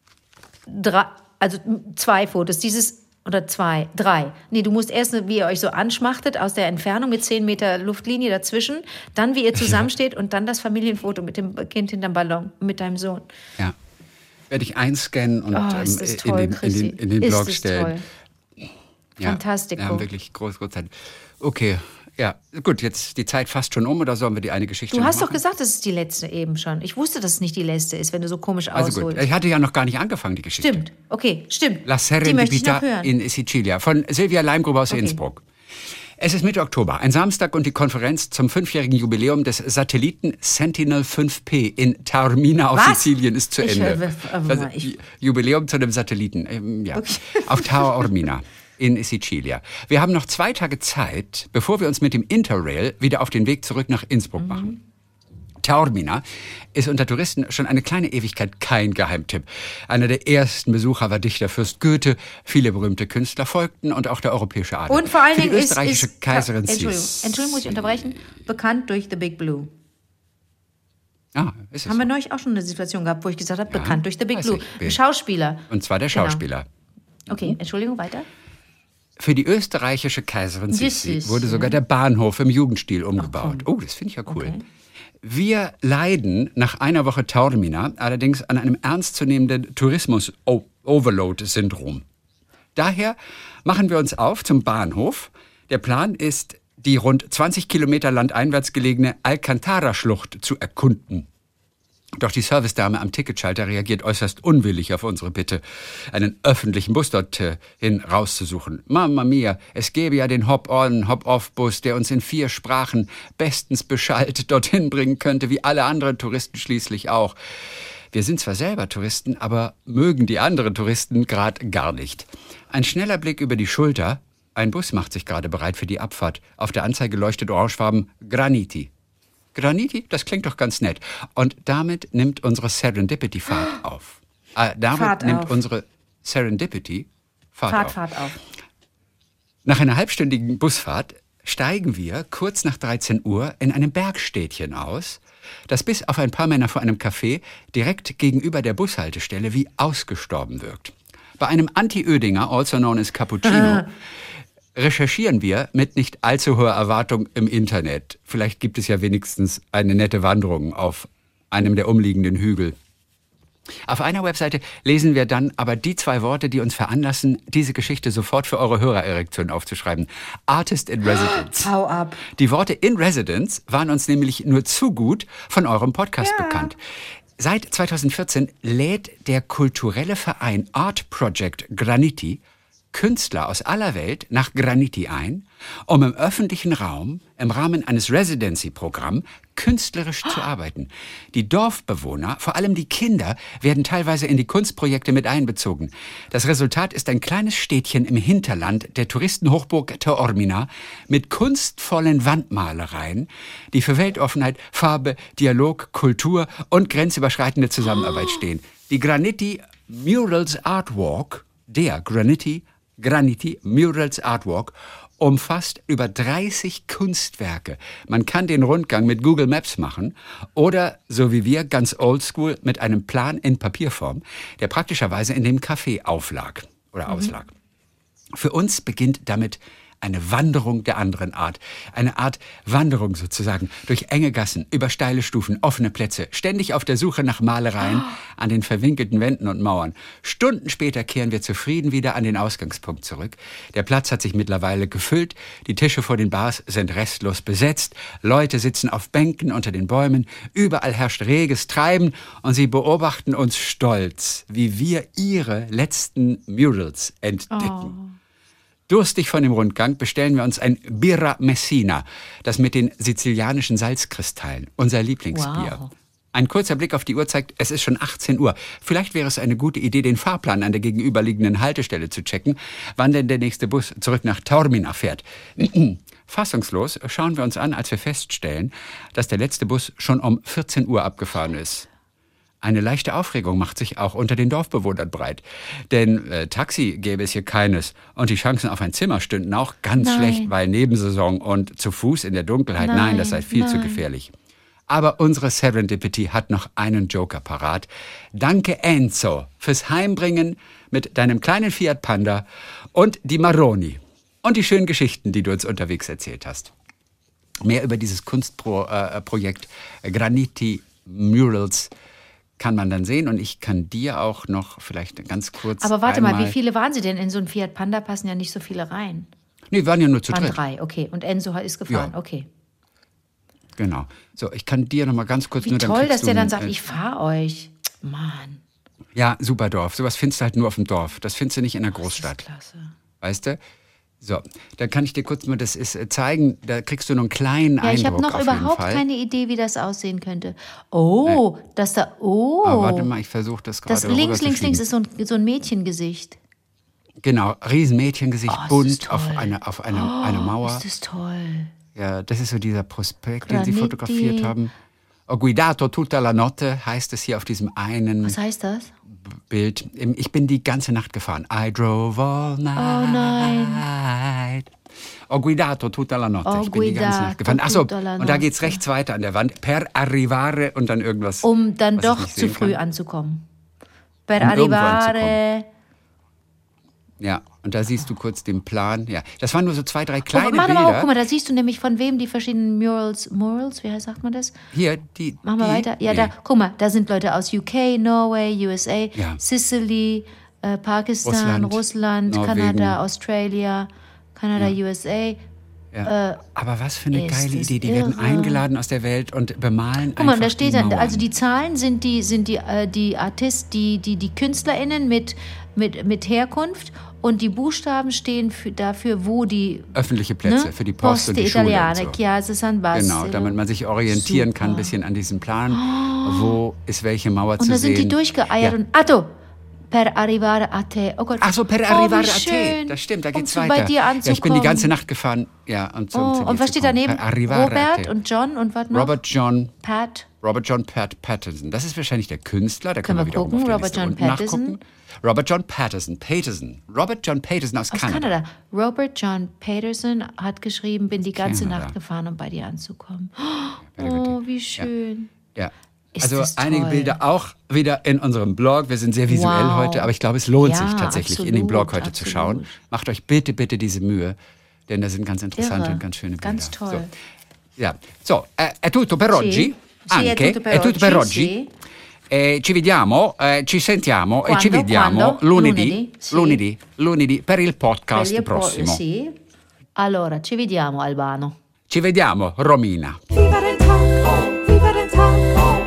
2 Fotos, oder 3. Nee, du musst erst, wie ihr euch so anschmachtet, aus der Entfernung mit 10 Meter Luftlinie dazwischen, dann wie ihr zusammensteht und dann das Familienfoto mit dem Kind hinterm Ballon, mit deinem Sohn. Ja. Werde ich einscannen und in den Blog stellen. Toll. Ja, Fantastico. Ja, wirklich großartig. Okay, ja, gut, jetzt die Zeit fast schon oder sollen wir die eine Geschichte machen? Du hast machen? Doch gesagt, das ist die letzte eben schon. Ich wusste, dass es nicht die letzte ist, wenn du so komisch ausholst. Also gut, ich hatte ja noch gar nicht angefangen, die Geschichte. Stimmt, okay, stimmt. La Serendipità in Sicilia von Silvia Leimgruber aus Innsbruck. Es ist Mitte Oktober, ein Samstag und die Konferenz zum 5-jährigen Jubiläum des Satelliten Sentinel-5P in Taormina auf Sizilien ist zu Ende. Das Jubiläum zu einem Satelliten, auf Taormina. In Sicilia. Wir haben noch 2 Tage Zeit, bevor wir uns mit dem Interrail wieder auf den Weg zurück nach Innsbruck machen. Taormina ist unter Touristen schon eine kleine Ewigkeit kein Geheimtipp. Einer der ersten Besucher war Dichter Fürst Goethe. Viele berühmte Künstler folgten und auch der europäische Adel. Und vor allen Dingen ist Kaiserin Entschuldigung, muss ich unterbrechen, bekannt durch The Big Blue. Ist es Haben wir neulich auch schon eine Situation gehabt, wo ich gesagt habe, bekannt durch The Big Blue. Ein Schauspieler. Und zwar der Schauspieler. Okay, Entschuldigung, weiter. Für die österreichische Kaiserin Sissi wurde sogar der Bahnhof im Jugendstil umgebaut. Oh, das finde ich ja cool. Okay. Wir leiden nach einer Woche Taormina allerdings an einem ernstzunehmenden Tourismus-Overload-Syndrom. Daher machen wir uns auf zum Bahnhof. Der Plan ist, die rund 20 Kilometer landeinwärts gelegene Alcantara-Schlucht zu erkunden. Doch die Servicedame am Ticketschalter reagiert äußerst unwillig auf unsere Bitte, einen öffentlichen Bus dorthin rauszusuchen. Mamma mia, es gäbe ja den Hop-on, Hop-off-Bus, der uns in 4 Sprachen bestens beschallt dorthin bringen könnte, wie alle anderen Touristen schließlich auch. Wir sind zwar selber Touristen, aber mögen die anderen Touristen gerade gar nicht. Ein schneller Blick über die Schulter. Ein Bus macht sich gerade bereit für die Abfahrt. Auf der Anzeige leuchtet orangefarben Graniti. Graniti, das klingt doch ganz nett. Und damit nimmt unsere Serendipity Fahrt auf. Unsere Serendipity Fahrt auf. Fahrt auf. Nach einer halbstündigen Busfahrt steigen wir kurz nach 13 Uhr in einem Bergstädtchen aus, das bis auf ein paar Männer vor einem Café direkt gegenüber der Bushaltestelle wie ausgestorben wirkt. Bei einem Anti-Ödinger, also known as Cappuccino, recherchieren wir mit nicht allzu hoher Erwartung im Internet. Vielleicht gibt es ja wenigstens eine nette Wanderung auf einem der umliegenden Hügel. Auf einer Webseite lesen wir dann aber die 2 Worte, die uns veranlassen, diese Geschichte sofort für eure Hörererektion aufzuschreiben. Artist in Residence. Hau ab. Die Worte in Residence waren uns nämlich nur zu gut von eurem Podcast bekannt. Seit 2014 lädt der kulturelle Verein Art Project Graniti Künstler aus aller Welt nach Graniti ein, um im öffentlichen Raum im Rahmen eines Residency-Programms künstlerisch zu arbeiten. Die Dorfbewohner, vor allem die Kinder, werden teilweise in die Kunstprojekte mit einbezogen. Das Resultat ist ein kleines Städtchen im Hinterland der Touristenhochburg Taormina mit kunstvollen Wandmalereien, die für Weltoffenheit, Farbe, Dialog, Kultur und grenzüberschreitende Zusammenarbeit stehen. Die Graniti Murals Art Walk, der Graniti Murals Art Walk, umfasst über 30 Kunstwerke. Man kann den Rundgang mit Google Maps machen oder, so wie wir, ganz oldschool mit einem Plan in Papierform, der praktischerweise in dem Café auflag oder auslag. Für uns beginnt damit eine Wanderung der anderen Art. Eine Art Wanderung sozusagen durch enge Gassen, über steile Stufen, offene Plätze, ständig auf der Suche nach Malereien an den verwinkelten Wänden und Mauern. Stunden später kehren wir zufrieden wieder an den Ausgangspunkt zurück. Der Platz hat sich mittlerweile gefüllt, die Tische vor den Bars sind restlos besetzt, Leute sitzen auf Bänken unter den Bäumen, überall herrscht reges Treiben und sie beobachten uns stolz, wie wir ihre letzten Murals entdecken. Durstig von dem Rundgang bestellen wir uns ein Birra Messina, das mit den sizilianischen Salzkristallen, unser Lieblingsbier. Wow. Ein kurzer Blick auf die Uhr zeigt, es ist schon 18 Uhr. Vielleicht wäre es eine gute Idee, den Fahrplan an der gegenüberliegenden Haltestelle zu checken, wann denn der nächste Bus zurück nach Taormina fährt. Fassungslos schauen wir uns an, als wir feststellen, dass der letzte Bus schon um 14 Uhr abgefahren ist. Eine leichte Aufregung macht sich auch unter den Dorfbewohnern breit. Denn Taxi gäbe es hier keines. Und die Chancen auf ein Zimmer stünden auch ganz schlecht, weil Nebensaison und zu Fuß in der Dunkelheit. Nein, das sei viel zu gefährlich. Aber unsere Serendipity hat noch einen Joker parat. Danke Enzo fürs Heimbringen mit deinem kleinen Fiat Panda und die Maroni. Und die schönen Geschichten, die du uns unterwegs erzählt hast. Mehr über dieses Kunstprojekt Graniti Murals kann man dann sehen und ich kann dir auch noch vielleicht ganz kurz. Aber warte mal, wie viele waren Sie denn in so ein Fiat Panda? Passen ja nicht so viele rein. Nee, waren ja nur zu dritt. 3, okay. Und Enzo ist gefahren, okay. Genau. So, ich kann dir noch mal ganz kurz. Wie toll, dass der dann sagt, ich fahre euch. Mann. Ja, super Dorf. Sowas findest du halt nur auf dem Dorf. Das findest du nicht in der Großstadt. Das ist klasse. Weißt du? So, dann kann ich dir kurz mal das zeigen. Da kriegst du noch einen kleinen Eindruck. Ich habe noch überhaupt keine Idee, wie das aussehen könnte. Oh, das da. Oh. Aber warte mal, ich versuche das gerade. Das links ist so ein Mädchengesicht. Genau, Riesenmädchengesicht, bunt auf eine Mauer. Ist das toll. Ja, das ist so dieser Prospekt, den sie fotografiert haben. Ho guidato tutta la notte heißt es hier auf diesem einen. Was heißt das? Bild. Ich bin die ganze Nacht gefahren. I drove all night. Oh nein. Ho guidato tutta la notte. Ich bin die ganze Nacht gefahren. Achso, und da geht's rechts weiter an der Wand. Per arrivare und dann irgendwas. Um dann doch zu früh anzukommen. Per arrivare. Ja, und da siehst du kurz den Plan. Ja, das waren nur so 2, 3 kleine Bilder. Guck mal, da siehst du nämlich von wem die verschiedenen Murals, wie sagt man das? Hier, Machen wir weiter. Ja, da, guck mal, da sind Leute aus UK, Norway, USA, Sicily, Pakistan, Russland, Kanada, Australia, USA. Ja. Aber was für eine geile Idee. Die werden eingeladen aus der Welt und bemalen Guck mal, da steht dann, also die Zahlen sind die Artisten, die KünstlerInnen mit Herkunft und die Buchstaben stehen dafür, wo die öffentliche Plätze, für die Post und die Schule und so. Chiesa San Basilio. Genau, damit man sich orientieren kann ein bisschen an diesem Plan, wo ist welche Mauer zu sehen. Und da sind die durchgeeiert und Atto. Per arrivare a te. Oh Gott. Ach so, per arrivare a te. Das stimmt, da geht's weiter. Bei dir anzukommen. Ja, ich bin die ganze Nacht gefahren. Ja, und und was steht daneben? Robert und John und was noch? Robert, John, Pat, Robert John Patterson. Das ist wahrscheinlich der Künstler. Da können wir wieder gucken. auf der Robert Liste John Patterson. nachgucken. Robert John Patterson. Robert John Patterson aus Kanada. Robert John Patterson hat geschrieben, bin die ganze Nacht gefahren, um bei dir anzukommen. Oh, wie schön. Ja. Also einige Bilder auch wieder in unserem Blog. Wir sind sehr visuell heute, aber ich glaube, es lohnt sich tatsächlich, in den Blog heute zu schauen. Macht euch bitte diese Mühe, denn da sind ganz interessante und ganz schöne Bilder. Ganz toll. È tutto per oggi. È tutto per oggi. Ci vediamo, ci sentiamo e ci vediamo lunedì per il podcast prossimo. Sì. Allora, ci vediamo, Albano. Ci vediamo, Romina. Viva den Tag,